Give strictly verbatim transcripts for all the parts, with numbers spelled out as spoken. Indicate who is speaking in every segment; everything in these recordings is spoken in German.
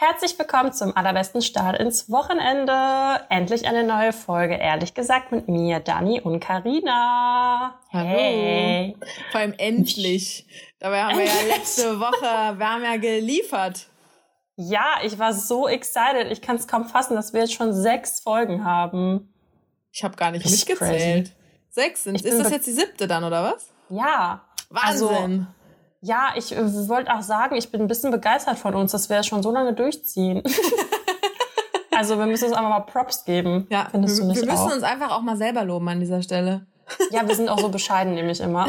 Speaker 1: Herzlich willkommen zum allerbesten Start ins Wochenende. Endlich eine neue Folge, ehrlich gesagt, mit mir, Dani und Carina.
Speaker 2: Hey. Hallo. Vor allem endlich. Dabei haben endlich. wir ja letzte Woche, wir haben ja geliefert.
Speaker 1: Ja, ich war so excited. Ich kann es kaum fassen, dass wir jetzt schon sechs Folgen haben.
Speaker 2: Ich habe gar nicht mitgezählt. Crazy. Sechs sind. Ist das jetzt die siebte dann, oder was?
Speaker 1: Ja.
Speaker 2: Wahnsinn.
Speaker 1: Also, ja, ich äh, wollte auch sagen, ich bin ein bisschen begeistert von uns, dass wir es schon so lange durchziehen. Also wir müssen uns einfach mal Props geben.
Speaker 2: Ja,
Speaker 1: findest
Speaker 2: wir,
Speaker 1: du nicht
Speaker 2: wir müssen
Speaker 1: auch?
Speaker 2: uns einfach auch mal selber loben an dieser Stelle.
Speaker 1: Ja, wir sind auch so bescheiden nämlich immer.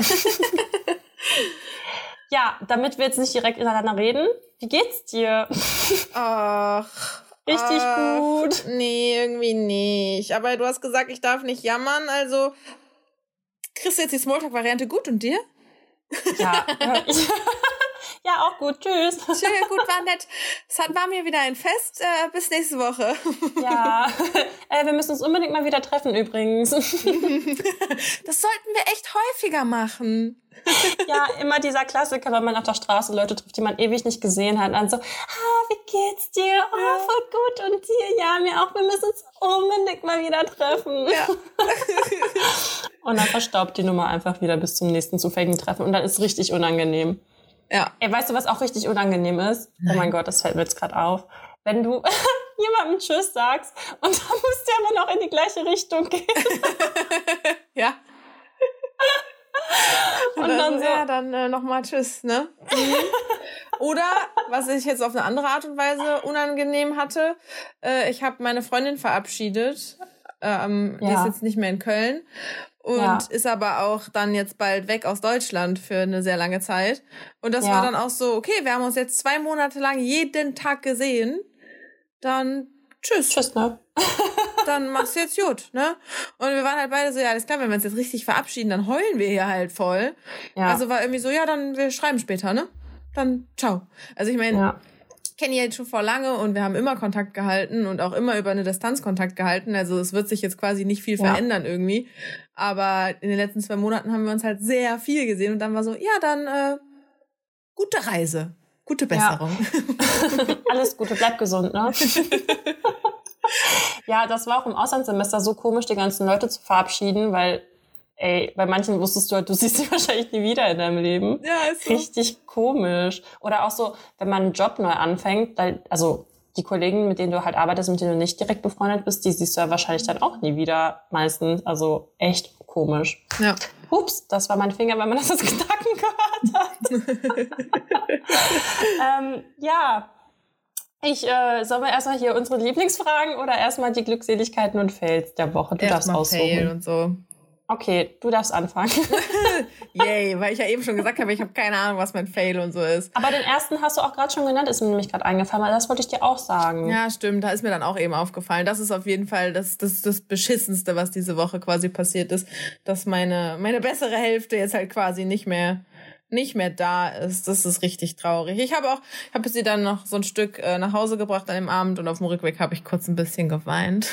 Speaker 1: Ja, damit wir jetzt nicht direkt ineinander reden, wie geht's dir?
Speaker 2: Ach,
Speaker 1: Richtig
Speaker 2: ach,
Speaker 1: gut.
Speaker 2: Nee, irgendwie nicht. Aber du hast gesagt, ich darf nicht jammern, also kriegst du jetzt die Smalltalk-Variante gut und dir?
Speaker 1: Ja, ich, ja, auch gut. Tschüss.
Speaker 2: Schön, gut, war nett. Es hat, war mir wieder ein Fest. Äh, bis nächste Woche.
Speaker 1: Ja, äh, wir müssen uns unbedingt mal wieder treffen übrigens.
Speaker 2: Das sollten wir echt häufiger machen.
Speaker 1: Ja, immer dieser Klassiker, wenn man auf der Straße Leute trifft, die man ewig nicht gesehen hat. Dann so, ah, wie geht's dir? Oh, voll gut. Und dir? Ja, mir auch. Wir müssen uns unbedingt mal wieder treffen.
Speaker 2: Ja.
Speaker 1: Und dann verstaubt die Nummer einfach wieder bis zum nächsten zufälligen Treffen. Und dann ist es richtig unangenehm.
Speaker 2: Ja.
Speaker 1: Ey, weißt du, was auch richtig unangenehm ist?
Speaker 2: Nein.
Speaker 1: Oh mein Gott, das fällt mir jetzt gerade auf. Wenn du jemandem Tschüss sagst und dann musst du aber noch in die gleiche Richtung gehen.
Speaker 2: Ja. Und, und dann, dann so, ja, dann äh, nochmal Tschüss, ne? Mhm. Oder, was ich jetzt auf eine andere Art und Weise unangenehm hatte, äh, ich habe meine Freundin verabschiedet, ähm, ja. Die ist jetzt nicht mehr in Köln und ja. ist aber auch dann jetzt bald weg aus Deutschland für eine sehr lange Zeit. Und das ja. war dann auch so, okay, wir haben uns jetzt zwei Monate lang jeden Tag gesehen, dann tschüss.
Speaker 1: Tschüss, ne?
Speaker 2: Dann mach's jetzt gut, ne? Und wir waren halt beide so, ja, alles klar, wenn wir uns jetzt richtig verabschieden, dann heulen wir hier halt voll. Ja. Also war irgendwie so, ja, dann wir schreiben später, ne? Dann ciao. Also ich meine,
Speaker 1: ja.
Speaker 2: ich kenne die jetzt schon vor lange und wir haben immer Kontakt gehalten und auch immer über eine Distanz Kontakt gehalten. Also es wird sich jetzt quasi nicht viel ja. verändern irgendwie. Aber in den letzten zwei Monaten haben wir uns halt sehr viel gesehen und dann war so, ja, dann äh, gute Reise, gute Besserung.
Speaker 1: Ja. Alles Gute, bleib gesund, ne? Ja, das war auch im Auslandssemester so komisch, die ganzen Leute zu verabschieden, weil, ey, bei manchen wusstest du halt, du siehst sie wahrscheinlich nie wieder in deinem Leben.
Speaker 2: Ja, ist so.
Speaker 1: Richtig komisch. Oder auch so, wenn man einen Job neu anfängt, also die Kollegen, mit denen du halt arbeitest, mit denen du nicht direkt befreundet bist, die siehst du ja wahrscheinlich dann auch nie wieder meistens. Also echt komisch.
Speaker 2: Ja.
Speaker 1: Ups, das war mein Finger, wenn man das als Knacken gehört hat. ähm, ja. Ich, äh, sollen wir erstmal hier unsere Lieblingsfragen oder erstmal die Glückseligkeiten und Fails der Woche? Du
Speaker 2: Erst
Speaker 1: darfst aussuchen.
Speaker 2: Fail und so.
Speaker 1: Okay, du darfst anfangen.
Speaker 2: Yay, weil ich ja eben schon gesagt habe, ich habe keine Ahnung, was mein Fail und so ist.
Speaker 1: Aber den ersten hast du auch gerade schon genannt, ist mir nämlich gerade eingefallen, das wollte ich dir auch sagen.
Speaker 2: Ja, stimmt, da ist mir dann auch eben aufgefallen. Das ist auf jeden Fall das, das, das Beschissenste, was diese Woche quasi passiert ist, dass meine, meine bessere Hälfte jetzt halt quasi nicht mehr nicht mehr da ist. Das ist richtig traurig. Ich habe auch, ich habe sie dann noch so ein Stück äh, nach Hause gebracht an dem Abend und auf dem Rückweg habe ich kurz ein bisschen geweint.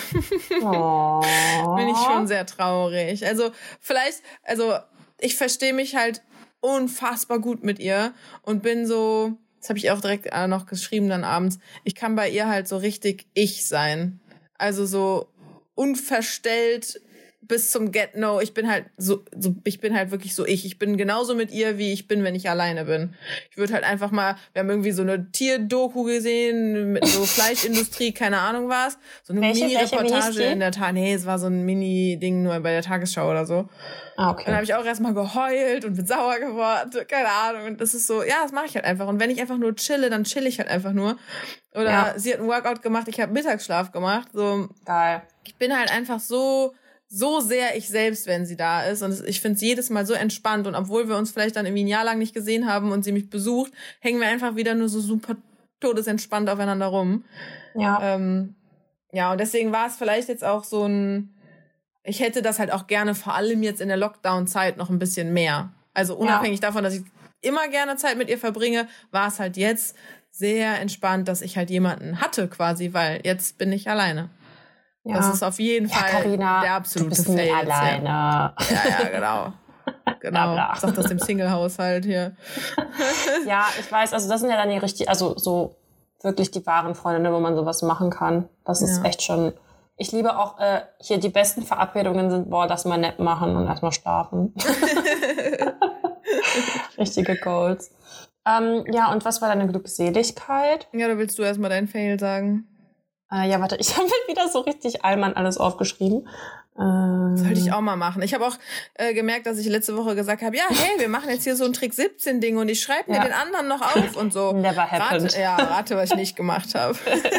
Speaker 1: Oh.
Speaker 2: Bin ich schon sehr traurig. Also vielleicht, also ich verstehe mich halt unfassbar gut mit ihr und bin so, das habe ich auch direkt äh, noch geschrieben dann abends, ich kann bei ihr halt so richtig ich sein. Also so unverstellt bis zum Get-No. Ich bin halt so, so, ich bin halt wirklich so ich. Ich bin genauso mit ihr, wie ich bin, wenn ich alleine bin. Ich würde halt einfach mal, wir haben irgendwie so eine Tierdoku gesehen, mit so Fleischindustrie, keine Ahnung was. So eine
Speaker 1: welche,
Speaker 2: Mini-Reportage
Speaker 1: welche
Speaker 2: in der Tat. Nee, es war so ein Mini-Ding nur bei der Tagesschau oder so.
Speaker 1: Ah, okay.
Speaker 2: Dann habe ich auch erstmal geheult und bin sauer geworden. Keine Ahnung. Und das ist so, ja, das mache ich halt einfach. Und wenn ich einfach nur chille, dann chill ich halt einfach nur. Oder ja. Sie hat einen Workout gemacht, ich habe Mittagsschlaf gemacht. So,
Speaker 1: geil.
Speaker 2: Ich bin halt einfach so so sehr ich selbst, wenn sie da ist. Und ich finde es jedes Mal so entspannt. Und obwohl wir uns vielleicht dann irgendwie ein Jahr lang nicht gesehen haben und sie mich besucht, hängen wir einfach wieder nur so super todesentspannt aufeinander rum.
Speaker 1: Ja.
Speaker 2: Ähm, ja, und deswegen war es vielleicht jetzt auch so ein, ich hätte das halt auch gerne, vor allem jetzt in der Lockdown-Zeit, noch ein bisschen mehr. Also unabhängig ja. davon, dass ich immer gerne Zeit mit ihr verbringe, war es halt jetzt sehr entspannt, dass ich halt jemanden hatte quasi, weil jetzt bin ich alleine. Ja. Das ist auf jeden
Speaker 1: ja,
Speaker 2: Fall
Speaker 1: Carina,
Speaker 2: der absolute
Speaker 1: du bist
Speaker 2: Fail.
Speaker 1: Nicht alleine.
Speaker 2: Ja, ja, genau. Genau.
Speaker 1: Bla, bla.
Speaker 2: Sagt das dem Single-Haushalt hier.
Speaker 1: Ja, ich weiß, also das sind ja dann die richtig, also so wirklich die wahren Freundinnen, wo man sowas machen kann. Das ist
Speaker 2: Ja.
Speaker 1: echt schon... Ich liebe auch, äh, hier die besten Verabredungen sind, boah, lass mal nett machen und erstmal schlafen. Richtige Goals. Ähm, ja, und was war deine Glückseligkeit?
Speaker 2: Ja, da willst du erstmal deinen Fail sagen.
Speaker 1: Äh, ja, warte, ich habe mir wieder so richtig Allmann alles aufgeschrieben. Ähm,
Speaker 2: Sollte ich auch mal machen. Ich habe auch äh, gemerkt, dass ich letzte Woche gesagt habe, ja, hey, wir machen jetzt hier so ein Trick siebzehn Ding und ich schreibe mir
Speaker 1: Ja.
Speaker 2: den anderen noch auf und so.
Speaker 1: Never happened.
Speaker 2: Rate, ja, rate, was ich nicht gemacht habe.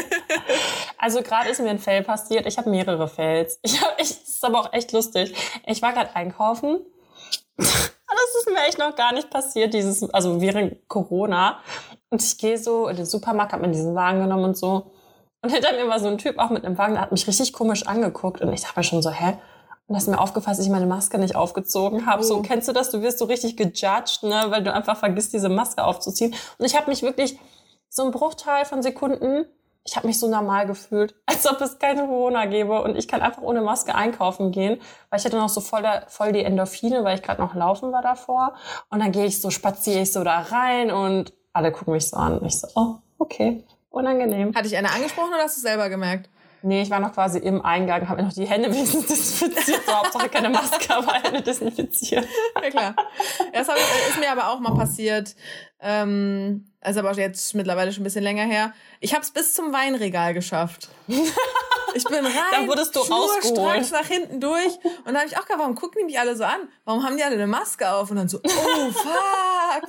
Speaker 1: Also gerade ist mir ein Fail passiert. Ich habe mehrere Fails. Ich hab, ich, das ist aber auch echt lustig. Ich war gerade einkaufen. Das ist mir echt noch gar nicht passiert, dieses, also während Corona. Und ich gehe so in den Supermarkt, habe mir diesen Wagen genommen und so. Und hinter mir war so ein Typ auch mit einem Wagen, der hat mich richtig komisch angeguckt. Und ich dachte mir schon so, hä? Und da ist mir aufgefallen, dass ich meine Maske nicht aufgezogen habe.
Speaker 2: Oh.
Speaker 1: So, kennst du das? Du wirst so richtig gejudged, ne? Weil du einfach vergisst, diese Maske aufzuziehen. Und ich habe mich wirklich so einen Bruchteil von Sekunden, ich habe mich so normal gefühlt, als ob es keine Corona gäbe. Und ich kann einfach ohne Maske einkaufen gehen. Weil ich hatte noch so voll, voll die Endorphine, weil ich gerade noch laufen war davor. Und dann gehe ich so, spaziere ich so da rein und alle gucken mich so an. Und ich so, oh, okay. Unangenehm.
Speaker 2: Hat dich einer angesprochen oder hast du es selber gemerkt?
Speaker 1: Nee, ich war noch quasi im Eingang, habe mir noch die Hände wenigstens desinfiziert. So, Hauptsache keine Maske, aber Hände desinfiziert.
Speaker 2: Ja, klar. Das hab ich, ist mir aber auch mal passiert. Ähm, ist aber jetzt mittlerweile schon ein bisschen länger her. Ich habe es bis zum Weinregal geschafft. Ich bin rein,
Speaker 1: Dann wurdest du
Speaker 2: schnurstracks
Speaker 1: rausgeholt.
Speaker 2: nach hinten durch. Und dann habe ich auch gedacht, warum gucken die mich alle so an? Warum haben die alle eine Maske auf? Und dann so, oh, fuck,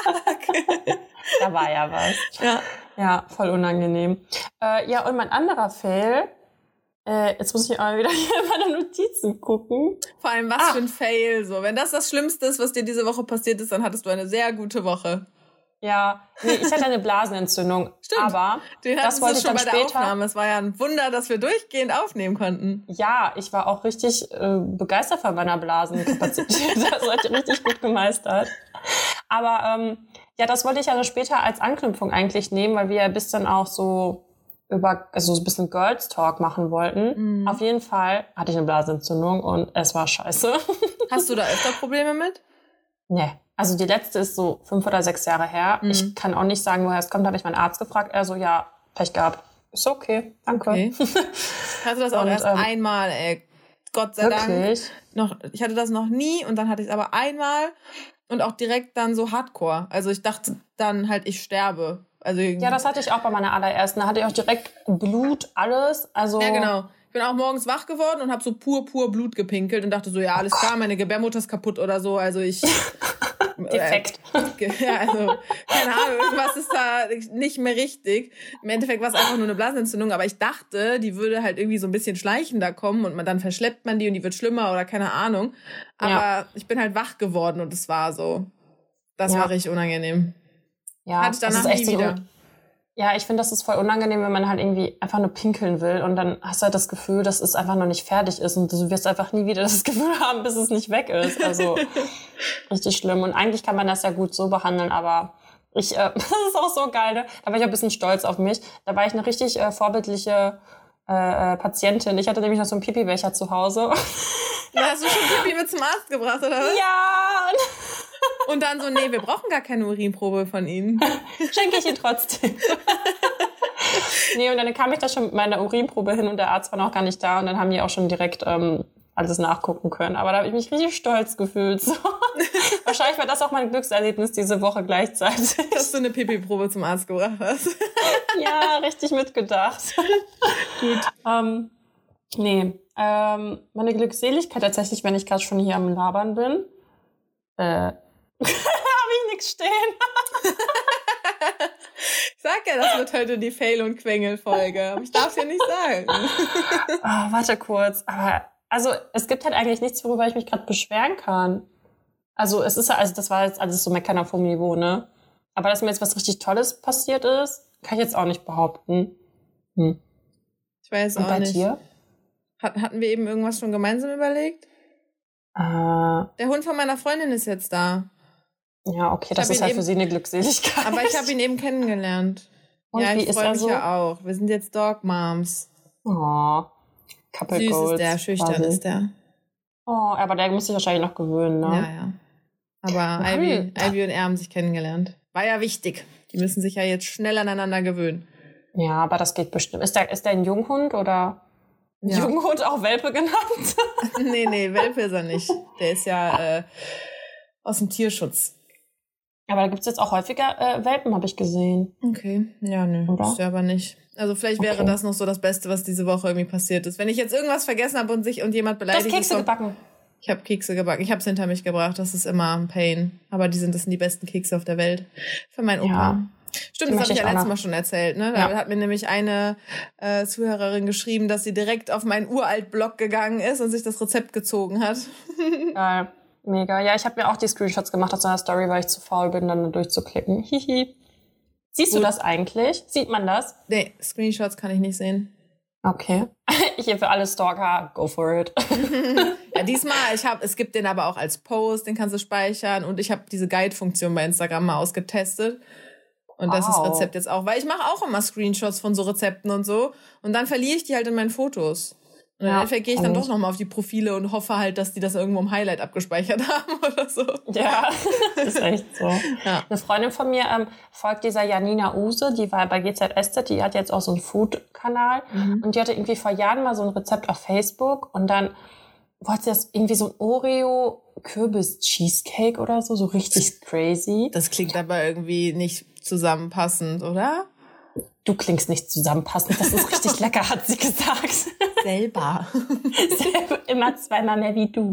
Speaker 2: fuck.
Speaker 1: Da war ja was.
Speaker 2: Ja.
Speaker 1: Ja, voll unangenehm. Äh, ja, und mein anderer Fail, äh, jetzt muss ich aber wieder hier in meine Notizen gucken.
Speaker 2: Vor allem, was
Speaker 1: Ah.
Speaker 2: für ein Fail. So, wenn das das Schlimmste ist, was dir diese Woche passiert ist, dann hattest du eine sehr gute Woche.
Speaker 1: Ja, nee, ich hatte eine Blasenentzündung.
Speaker 2: Stimmt.
Speaker 1: Aber
Speaker 2: Den
Speaker 1: das
Speaker 2: hattest
Speaker 1: wollte
Speaker 2: du
Speaker 1: ich
Speaker 2: schon
Speaker 1: dann
Speaker 2: bei der
Speaker 1: später.
Speaker 2: Aufnahme. Es war ja ein Wunder, dass wir durchgehend aufnehmen konnten.
Speaker 1: Ja, ich war auch richtig äh, begeistert von meiner Blasenkapazität. Das hat ich richtig gut gemeistert. Aber ähm, ja, das wollte ich ja später als Anknüpfung eigentlich nehmen, weil wir ja bis dann auch so über, also so ein bisschen Girls Talk machen wollten.
Speaker 2: Mhm.
Speaker 1: Auf jeden Fall hatte ich eine Blasenentzündung und es war scheiße.
Speaker 2: Hast du da öfter Probleme mit?
Speaker 1: Nee. Also die letzte ist so fünf oder sechs Jahre her.
Speaker 2: Mhm.
Speaker 1: Ich kann auch nicht sagen, woher es kommt. Da habe ich meinen Arzt gefragt. Er so, ja, Pech gehabt. Ist okay, danke.
Speaker 2: Okay. Ich hatte das auch
Speaker 1: Und,
Speaker 2: erst
Speaker 1: ähm,
Speaker 2: einmal, ey. Gott sei Dank.
Speaker 1: Wirklich?
Speaker 2: Noch, ich hatte das noch nie und dann hatte ich es aber einmal und auch direkt dann so hardcore. Also ich dachte dann halt, ich sterbe. Also
Speaker 1: Ja, das hatte ich auch bei meiner allerersten. Da hatte ich auch direkt Blut, alles. Also
Speaker 2: Ja, genau. Ich bin auch morgens wach geworden und habe so pur, pur Blut gepinkelt und dachte so, ja, alles klar, meine Gebärmutter ist kaputt oder so. Also ich...
Speaker 1: defekt.
Speaker 2: Äh, ja, also, keine Ahnung, irgendwas ist da nicht mehr richtig. Im Endeffekt war es einfach nur eine Blasenentzündung, aber ich dachte, die würde halt irgendwie so ein bisschen schleichender kommen und man, dann verschleppt man die und die wird schlimmer oder keine Ahnung. Aber
Speaker 1: Ja.
Speaker 2: ich bin halt wach geworden und es war so. Das
Speaker 1: Ja.
Speaker 2: war richtig unangenehm.
Speaker 1: Ja,
Speaker 2: Hatte ich
Speaker 1: das
Speaker 2: danach
Speaker 1: ist echt
Speaker 2: nie
Speaker 1: so
Speaker 2: wieder.
Speaker 1: un- Ja, ich finde, das ist voll unangenehm, wenn man halt irgendwie einfach nur pinkeln will und dann hast du halt das Gefühl, dass es einfach noch nicht fertig ist und du wirst einfach nie wieder das Gefühl haben, bis es nicht weg ist. Also richtig schlimm. Und eigentlich kann man das ja gut so behandeln, aber ich, äh, das ist auch so geil, ne? Da war ich auch ein bisschen stolz auf mich. Da war ich eine richtig äh, vorbildliche äh, äh, Patientin. Ich hatte nämlich noch so einen Pipi-Becher zu Hause.
Speaker 2: Da hast du schon Pipi mit zum Arzt gebracht, oder was?
Speaker 1: Ja,
Speaker 2: Und dann so, nee, wir brauchen gar keine Urinprobe von Ihnen.
Speaker 1: schenke ich ihn trotzdem. Nee, und dann kam ich da schon mit meiner Urinprobe hin und der Arzt war noch gar nicht da und dann haben die auch schon direkt ähm, alles nachgucken können. Aber da habe ich mich richtig stolz gefühlt. So. Wahrscheinlich war das auch mein Glückserlebnis diese Woche gleichzeitig.
Speaker 2: Dass du eine Pipi-Probe zum Arzt gebracht hast.
Speaker 1: Ja, richtig mitgedacht.
Speaker 2: Gut.
Speaker 1: Ähm, nee, ähm, meine Glückseligkeit tatsächlich, wenn ich gerade schon hier am Labern bin, äh, habe ich nichts stehen.
Speaker 2: Ich sag ja, das wird heute die Fail- und Quengel-Folge. Aber ich darf es ja nicht sagen.
Speaker 1: Oh, warte kurz. Aber also es gibt halt eigentlich nichts, worüber ich mich gerade beschweren kann. Also es ist ja, also das war jetzt alles so meckern auf hohem Niveau, ne? Aber dass mir jetzt was richtig Tolles passiert ist, kann ich jetzt auch nicht behaupten. Hm.
Speaker 2: Ich weiß
Speaker 1: Und
Speaker 2: auch
Speaker 1: bei
Speaker 2: nicht.
Speaker 1: dir?
Speaker 2: Hat, hatten wir eben irgendwas schon gemeinsam überlegt?
Speaker 1: Äh,
Speaker 2: Der Hund von meiner Freundin ist jetzt da.
Speaker 1: ja, okay,
Speaker 2: Ich
Speaker 1: das
Speaker 2: hab
Speaker 1: ist
Speaker 2: ihn
Speaker 1: halt
Speaker 2: eben-
Speaker 1: für sie eine Glückseligkeit.
Speaker 2: Aber ich habe ihn eben kennengelernt.
Speaker 1: Und
Speaker 2: ja,
Speaker 1: wie
Speaker 2: ich
Speaker 1: ist
Speaker 2: freue
Speaker 1: er
Speaker 2: mich
Speaker 1: so?
Speaker 2: ja auch. Wir sind jetzt Dog Moms.
Speaker 1: Oh, Couple
Speaker 2: Süß
Speaker 1: Goals
Speaker 2: ist der, schüchtern
Speaker 1: quasi.
Speaker 2: ist der.
Speaker 1: Oh, aber der muss sich wahrscheinlich noch gewöhnen, ne?
Speaker 2: Ja, ja. Aber
Speaker 1: Okay.
Speaker 2: Ivy, Ivy und er haben sich kennengelernt. War ja wichtig. Die müssen sich ja jetzt schnell aneinander gewöhnen.
Speaker 1: Ja, aber das geht bestimmt. Ist der, ist der ein Junghund oder
Speaker 2: Ja.
Speaker 1: Junghund auch Welpe genannt?
Speaker 2: nee, nee, Welpe ist er nicht. Der ist ja äh, aus dem Tierschutz.
Speaker 1: Aber da gibt es jetzt auch häufiger äh, Welpen, habe ich gesehen.
Speaker 2: Okay, ja, nö,
Speaker 1: Oder?
Speaker 2: ist ja aber nicht. Also vielleicht wäre
Speaker 1: Okay.
Speaker 2: das noch so das Beste, was diese Woche irgendwie passiert ist. Wenn ich jetzt irgendwas vergessen habe und sich und jemand
Speaker 1: Du
Speaker 2: beleidigt
Speaker 1: hast Kekse
Speaker 2: ist,
Speaker 1: gebacken.
Speaker 2: ich habe Kekse gebacken. Ich habe es hinter mich gebracht. Das ist immer ein Pain. Aber die sind das sind die besten Kekse auf der Welt. Für meinen Opa.
Speaker 1: Ja.
Speaker 2: Stimmt,
Speaker 1: Die
Speaker 2: das habe
Speaker 1: möchte
Speaker 2: ich ja
Speaker 1: ich auch
Speaker 2: letztes
Speaker 1: noch.
Speaker 2: Mal schon erzählt. Ne? Da
Speaker 1: Ja.
Speaker 2: hat mir nämlich eine äh, Zuhörerin geschrieben, dass sie direkt auf meinen Uralt-Blog gegangen ist und sich das Rezept gezogen hat.
Speaker 1: Geil. Mega. Ja, ich habe mir auch die Screenshots gemacht aus einer Story, weil ich zu faul bin, dann durchzuklicken. Hihi. Siehst du
Speaker 2: Gut.
Speaker 1: das eigentlich? Sieht man das?
Speaker 2: Nee, Screenshots kann ich nicht sehen.
Speaker 1: Okay. Hier für alle Stalker, go for it.
Speaker 2: Ja, diesmal, ich hab, es gibt den aber auch als Post, den kannst du speichern und ich habe diese Guide-Funktion bei Instagram mal ausgetestet. Und das ist
Speaker 1: Wow.
Speaker 2: Rezept jetzt auch, weil ich mache auch immer Screenshots von so Rezepten und so und dann verliere ich die halt in meinen Fotos. Und
Speaker 1: Ja,
Speaker 2: dann gehe ich dann
Speaker 1: kenn
Speaker 2: doch
Speaker 1: ich.
Speaker 2: nochmal auf die Profile und hoffe halt, dass die das irgendwo im Highlight abgespeichert haben oder so.
Speaker 1: Ja, ist echt so.
Speaker 2: Ja.
Speaker 1: Eine Freundin von mir ähm, folgt dieser Janina Use, die war bei G Z S Z, die hat jetzt auch so einen Food-Kanal
Speaker 2: Mhm.
Speaker 1: und die hatte irgendwie vor Jahren mal so ein Rezept auf Facebook und dann wollte sie das irgendwie so ein Oreo-Kürbis-Cheesecake oder so, so richtig crazy.
Speaker 2: Das klingt aber irgendwie nicht zusammenpassend, oder?
Speaker 1: Du klingst nicht zusammenpassend, das ist richtig lecker, hat sie gesagt.
Speaker 2: Selber.
Speaker 1: Immer zweimal mehr wie du.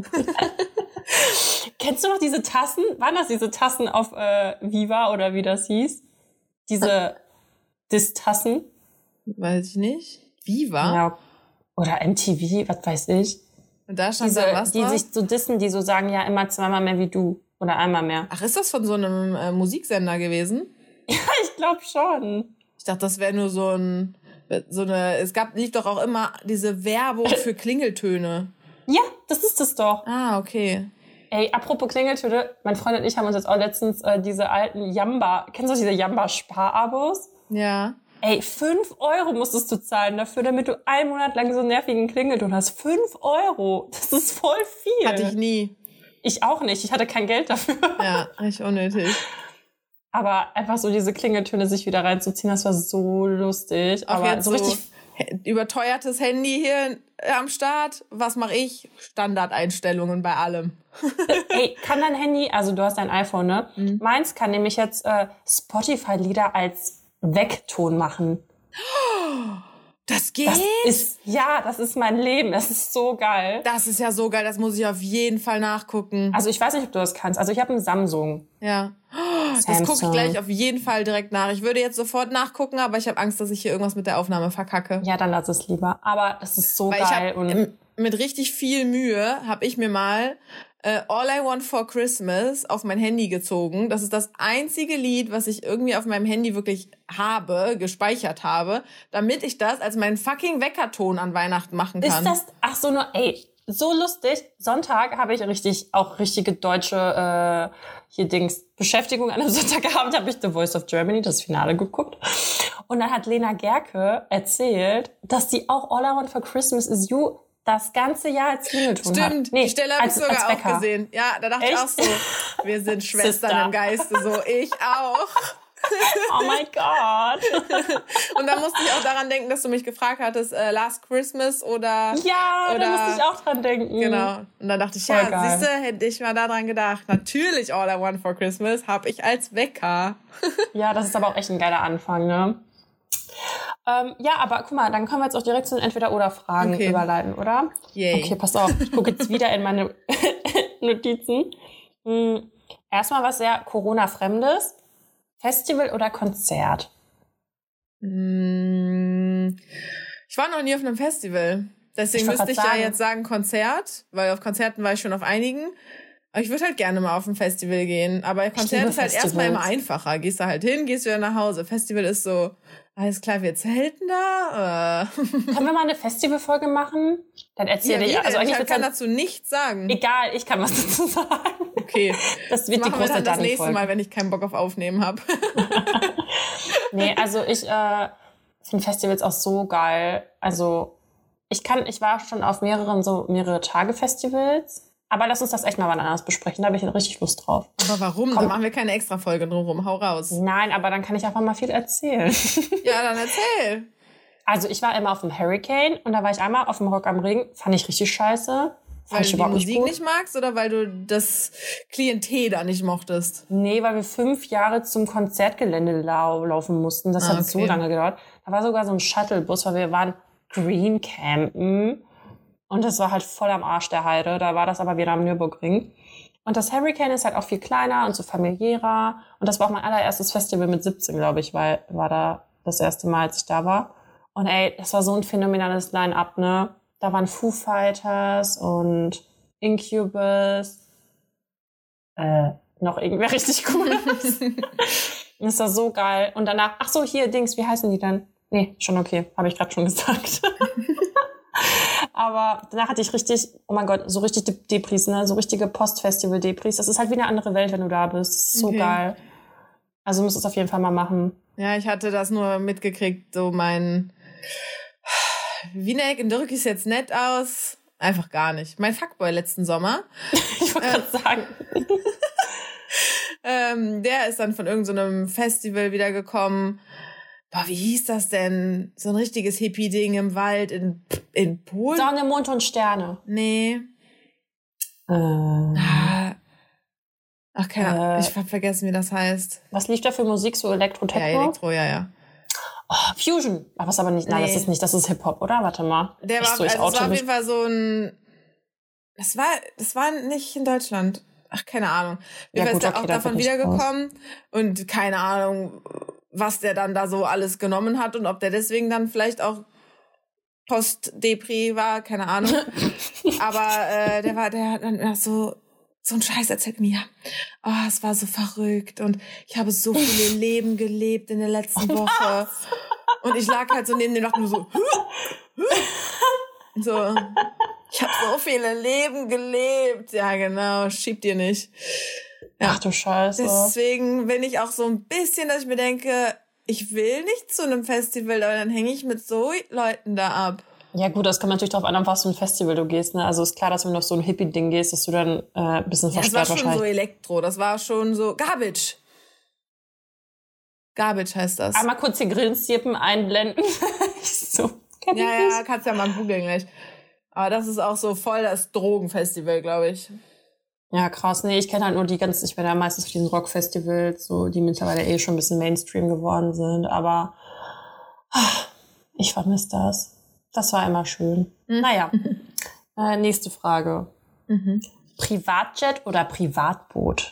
Speaker 1: Kennst du noch diese Tassen? Waren das diese Tassen auf äh, Viva oder wie das hieß? Diese Diss-Tassen?
Speaker 2: Weiß ich nicht. Viva?
Speaker 1: Ja. Oder M T V, was weiß ich.
Speaker 2: Und da stand
Speaker 1: Diese,
Speaker 2: da was
Speaker 1: die
Speaker 2: drauf?
Speaker 1: sich so dissen, die so sagen, ja, immer zweimal mehr wie du. Oder einmal mehr.
Speaker 2: Ach, ist das von so einem äh, Musiksender gewesen?
Speaker 1: Ich glaube schon.
Speaker 2: Ich dachte, das wäre nur so ein, so eine, es gab, lief doch auch immer diese Werbung für Klingeltöne.
Speaker 1: Ja, das ist es doch.
Speaker 2: Ah, okay.
Speaker 1: Ey, apropos Klingeltöne, mein Freund und ich haben uns jetzt auch letztens äh, diese alten Jamba, kennst du diese Jamba-Spar-Abos?
Speaker 2: Ja.
Speaker 1: Ey, fünf Euro musstest du zahlen dafür, damit du einen Monat lang so einen nervigen Klingelton hast. Fünf Euro, das ist voll viel.
Speaker 2: Hatte ich nie.
Speaker 1: Ich auch nicht, ich hatte kein Geld dafür.
Speaker 2: Ja, echt unnötig.
Speaker 1: Aber einfach so diese Klingeltöne sich wieder reinzuziehen, das war so lustig.
Speaker 2: Auch
Speaker 1: Aber
Speaker 2: jetzt
Speaker 1: so richtig...
Speaker 2: überteuertes Handy hier am Start. Was mache ich? Standardeinstellungen bei allem.
Speaker 1: Ey, kann dein Handy, also du hast ein iPhone, ne? Mhm. Meins kann nämlich jetzt äh, Spotify-Lieder als Wegton machen.
Speaker 2: Das geht?
Speaker 1: Das ist, ja, das ist mein Leben. Das ist so geil.
Speaker 2: Das ist ja so geil, das muss ich auf jeden Fall nachgucken.
Speaker 1: Also ich weiß nicht, ob du das kannst. Also ich habe einen Samsung.
Speaker 2: Ja. Das gucke ich gleich auf jeden Fall direkt nach. Ich würde jetzt sofort nachgucken, aber ich habe Angst, dass ich hier irgendwas mit der Aufnahme verkacke.
Speaker 1: Ja, dann lass es lieber. Aber das ist so
Speaker 2: Weil
Speaker 1: geil.
Speaker 2: ich hab,
Speaker 1: und
Speaker 2: mit richtig viel Mühe habe ich mir mal äh, All I Want for Christmas auf mein Handy gezogen. Das ist das einzige Lied, was ich irgendwie auf meinem Handy wirklich habe, gespeichert habe, damit ich das als meinen fucking Weckerton an Weihnachten machen kann.
Speaker 1: ist das, ach so, nur, ey, so lustig. Sonntag habe ich richtig, auch richtige deutsche, äh, hier Dings, Beschäftigung an einem Sonntag gehabt, habe ich The Voice of Germany, das Finale geguckt. Und dann hat Lena Gerke erzählt, dass die auch All I Want for Christmas is You das ganze Jahr als Klingelton hat.
Speaker 2: Stimmt,
Speaker 1: Nee,
Speaker 2: die Stelle habe ich
Speaker 1: als-
Speaker 2: sogar
Speaker 1: als
Speaker 2: auch
Speaker 1: Wecker.
Speaker 2: gesehen. Ja, da dachte
Speaker 1: Echt?
Speaker 2: ich auch so, wir sind Schwestern
Speaker 1: Sister.
Speaker 2: im Geiste, so ich auch.
Speaker 1: Oh mein Gott.
Speaker 2: Und dann musste ich auch daran denken, dass du mich gefragt hattest, äh, Last Christmas oder...
Speaker 1: Ja,
Speaker 2: oder,
Speaker 1: da musste ich auch dran denken.
Speaker 2: Genau. Und dann dachte ich,
Speaker 1: Voll
Speaker 2: ja,
Speaker 1: geil.
Speaker 2: siehste, hätte ich mal daran gedacht. Natürlich All I Want for Christmas habe ich als Wecker.
Speaker 1: Ja, das ist aber auch echt ein geiler Anfang, ne? Ähm, ja, aber guck mal, dann können wir jetzt auch direkt zu den Entweder-Oder-Fragen
Speaker 2: Okay.
Speaker 1: überleiten, oder?
Speaker 2: Yay.
Speaker 1: Okay, pass auf. Ich gucke jetzt wieder in meine Notizen. Hm, erstmal was sehr Corona-Fremdes. Festival oder Konzert?
Speaker 2: Mm, Ich war noch nie auf einem Festival. Deswegen
Speaker 1: Ich wollt
Speaker 2: müsste ich
Speaker 1: grad
Speaker 2: ja
Speaker 1: sagen.
Speaker 2: jetzt sagen Konzert, weil auf Konzerten war ich schon auf einigen. Aber ich würde halt gerne mal auf ein Festival gehen. Aber Konzert
Speaker 1: liebe
Speaker 2: ist halt erstmal
Speaker 1: Festivals.
Speaker 2: immer einfacher. Gehst da halt hin, gehst wieder nach Hause. Festival ist so, alles klar, wir zelten da. Äh.
Speaker 1: Können wir mal eine Festivalfolge machen? Dann
Speaker 2: Ja,
Speaker 1: erzähle
Speaker 2: wie
Speaker 1: ich.
Speaker 2: denn?
Speaker 1: Also eigentlich
Speaker 2: ich
Speaker 1: wird's
Speaker 2: kann
Speaker 1: dann,
Speaker 2: dazu nichts sagen.
Speaker 1: egal, ich kann was dazu sagen.
Speaker 2: Okay.
Speaker 1: Das wird die
Speaker 2: Machen wir
Speaker 1: große
Speaker 2: dann das nächste
Speaker 1: Dani-Folge.
Speaker 2: Mal, wenn ich keinen Bock auf Aufnehmen habe.
Speaker 1: Nee, also ich äh, finde Festivals auch so geil. Also ich kann, ich war schon auf mehreren so mehrere Tage Festivals, Aber lass uns das echt mal wann anders besprechen. Da habe ich richtig Lust drauf.
Speaker 2: Aber warum? Komm. Da machen wir keine extra Folge drumherum. Hau raus.
Speaker 1: Nein, aber dann kann ich einfach mal viel erzählen.
Speaker 2: Ja, dann erzähl.
Speaker 1: Also ich war immer auf dem Hurricane und da war ich einmal auf dem Rock am Ring. Fand ich richtig scheiße.
Speaker 2: Weil du die Musik nicht magst oder weil du das Klientel da nicht mochtest?
Speaker 1: Nee, weil wir fünf Jahre zum Konzertgelände lau- laufen mussten. Das ah, hat okay. so lange gedauert. Da war sogar so ein Shuttlebus, weil wir waren Green Campen. Und das war halt voll am Arsch der Heide. Da war das aber wieder am Nürburgring. Und das Hurricane ist halt auch viel kleiner und so familiärer. Und das war auch mein allererstes Festival mit siebzehn, glaube ich, weil war da das erste Mal, als ich da war. Und ey, das war so ein phänomenales Line-Up, ne? Da waren Foo Fighters und Incubus. Äh, noch irgendwer richtig cooles. Das war so geil. Und danach, ach so, hier, Dings, wie heißen die denn? Nee, schon okay, habe ich gerade schon gesagt. Aber danach hatte ich richtig, oh mein Gott, so richtig De- Depris, ne? So richtige Post-Festival-Depris. Das ist halt wie eine andere Welt, wenn du da bist. Das ist so okay. geil. Also musst du es auf jeden Fall mal machen.
Speaker 2: Ja, ich hatte das nur mitgekriegt, so mein Wiener Eck drücke ich es jetzt nett aus. Einfach gar nicht. Mein Fuckboy letzten Sommer.
Speaker 1: Ich wollte gerade äh, sagen.
Speaker 2: ähm, der ist dann von irgendeinem so Festival wiedergekommen. Boah, wie hieß das denn? So ein richtiges Hippie-Ding im Wald in, in Polen?
Speaker 1: Sonne, Mond und Sterne.
Speaker 2: Nee.
Speaker 1: Ähm.
Speaker 2: Ach, keine Ahnung. Äh, ich hab vergessen, wie das heißt.
Speaker 1: Was lief da für Musik? So Elektro-Techno?
Speaker 2: Ja, Elektro, ja, ja.
Speaker 1: Oh, Fusion. Aber was aber nicht, nein, nee. das ist nicht, das ist Hip-Hop, oder? Warte mal.
Speaker 2: Der war,
Speaker 1: so,
Speaker 2: also das war auf jeden Fall so ein, das war, das war nicht in Deutschland. Ach, keine Ahnung. Ja, gut, ist okay, auch davon wiedergekommen und keine Ahnung, was der dann da so alles genommen hat und ob der deswegen dann vielleicht auch Post-Depri war, keine Ahnung. Aber äh, der war, der hat dann so so ein Scheiß erzählt mir. Oh, es war so verrückt und ich habe so viele Leben gelebt in der letzten Woche. Und ich lag halt so neben dem und dachte nur so, so, ich habe so viele Leben gelebt. Ja, genau, schieb dir nicht. Ja.
Speaker 1: Ach du Scheiße.
Speaker 2: Deswegen bin ich auch so ein bisschen, dass ich mir denke, ich will nicht zu einem Festival, aber dann hänge ich mit so Leuten da ab.
Speaker 1: Ja gut, das kommt natürlich darauf an, auf was für ein Festival du gehst. Ne? Also ist klar, dass wenn du auf so ein Hippie-Ding gehst, dass du dann äh, ein bisschen
Speaker 2: versperrt
Speaker 1: wahrscheinlich.
Speaker 2: Das war schon so Elektro, das war schon so Garbage. Garbage heißt das.
Speaker 1: Einmal kurz die Grillenzirpen einblenden. so,
Speaker 2: ja, ja, kannst ja mal googeln gleich. Aber das ist auch so voll das Drogenfestival, glaube ich.
Speaker 1: Ja, krass. Nee, ich kenne halt nur die ganzen, ich bin ja meistens auf diesen Rockfestivals, so, die mittlerweile eh schon ein bisschen Mainstream geworden sind. Aber ach, ich vermisse das. Das war immer schön. Mhm. Naja, äh, nächste Frage. Mhm. Privatjet oder Privatboot?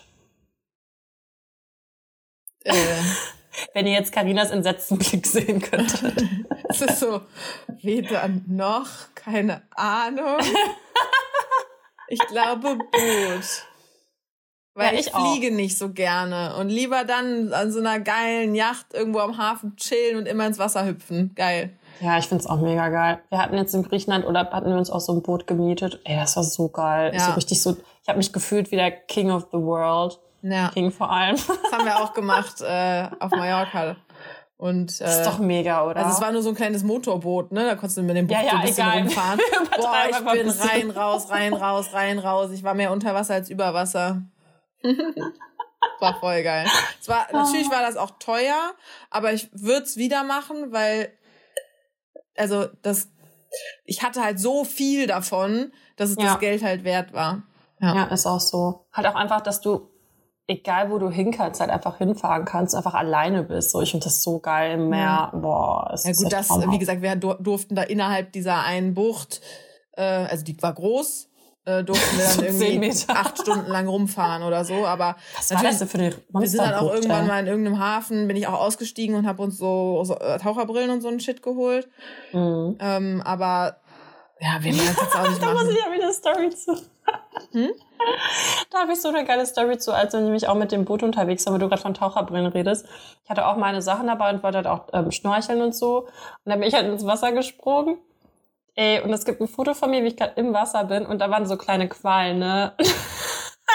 Speaker 2: Äh.
Speaker 1: Wenn ihr jetzt Carinas entsetzten Blick sehen könntet.
Speaker 2: Es ist so, weder noch, keine Ahnung. Ich glaube Boot. Weil ja, ich, ich fliege auch nicht so gerne. Und lieber dann an so einer geilen Yacht irgendwo am Hafen chillen und immer ins Wasser hüpfen. Geil.
Speaker 1: Ja, ich find's auch mega geil. Wir hatten jetzt in Griechenland Urlaub, hatten wir uns auch so ein Boot gemietet. Ey, das war so geil. Ja. So richtig so, ich habe mich gefühlt wie der King of the World.
Speaker 2: Ja.
Speaker 1: King vor allem.
Speaker 2: Das haben wir auch gemacht äh, auf Mallorca. Und, äh,
Speaker 1: das ist doch mega, oder?
Speaker 2: Also es war nur so ein kleines Motorboot, ne? Da konntest du mit dem Boot
Speaker 1: ja, ja,
Speaker 2: so ein bisschen
Speaker 1: egal.
Speaker 2: rumfahren. Boah, ich bin rein, raus, rein, raus, rein, raus. Ich war mehr unter Wasser als über Wasser. War voll geil. Es war, natürlich war das auch teuer, aber ich würde es wieder machen, weil also das, ich hatte halt so viel davon, dass es ja. das Geld halt wert war.
Speaker 1: Ja. ja, ist auch so. Halt auch einfach, dass du, egal wo du hinkommst, halt einfach hinfahren kannst, einfach alleine bist. So, ich finde das so geil im Meer. Ja. Boah, es
Speaker 2: ja,
Speaker 1: ist
Speaker 2: gut, das, wie gesagt, wir durften da innerhalb dieser einen Bucht, äh, also die war groß, äh, durften wir dann irgendwie acht Stunden lang rumfahren oder so. Aber
Speaker 1: was war das denn für eine
Speaker 2: wir sind dann auch irgendwann mal in irgendeinem Hafen, bin ich auch ausgestiegen und habe uns so, so Taucherbrillen und so einen Shit geholt. Mhm. Ähm, aber ja, wir werden das jetzt auch nicht machen.
Speaker 1: Da muss ich ja wieder eine Story zu. Hm? Da habe ich so eine geile Story zu, als wir nämlich auch mit dem Boot unterwegs waren, weil du gerade von Taucherbrillen redest. Ich hatte auch meine Sachen dabei und wollte halt auch ähm, schnorcheln und so. Und dann bin ich halt ins Wasser gesprungen. Ey, und es gibt ein Foto von mir, wie ich gerade im Wasser bin und da waren so kleine Quallen, ne?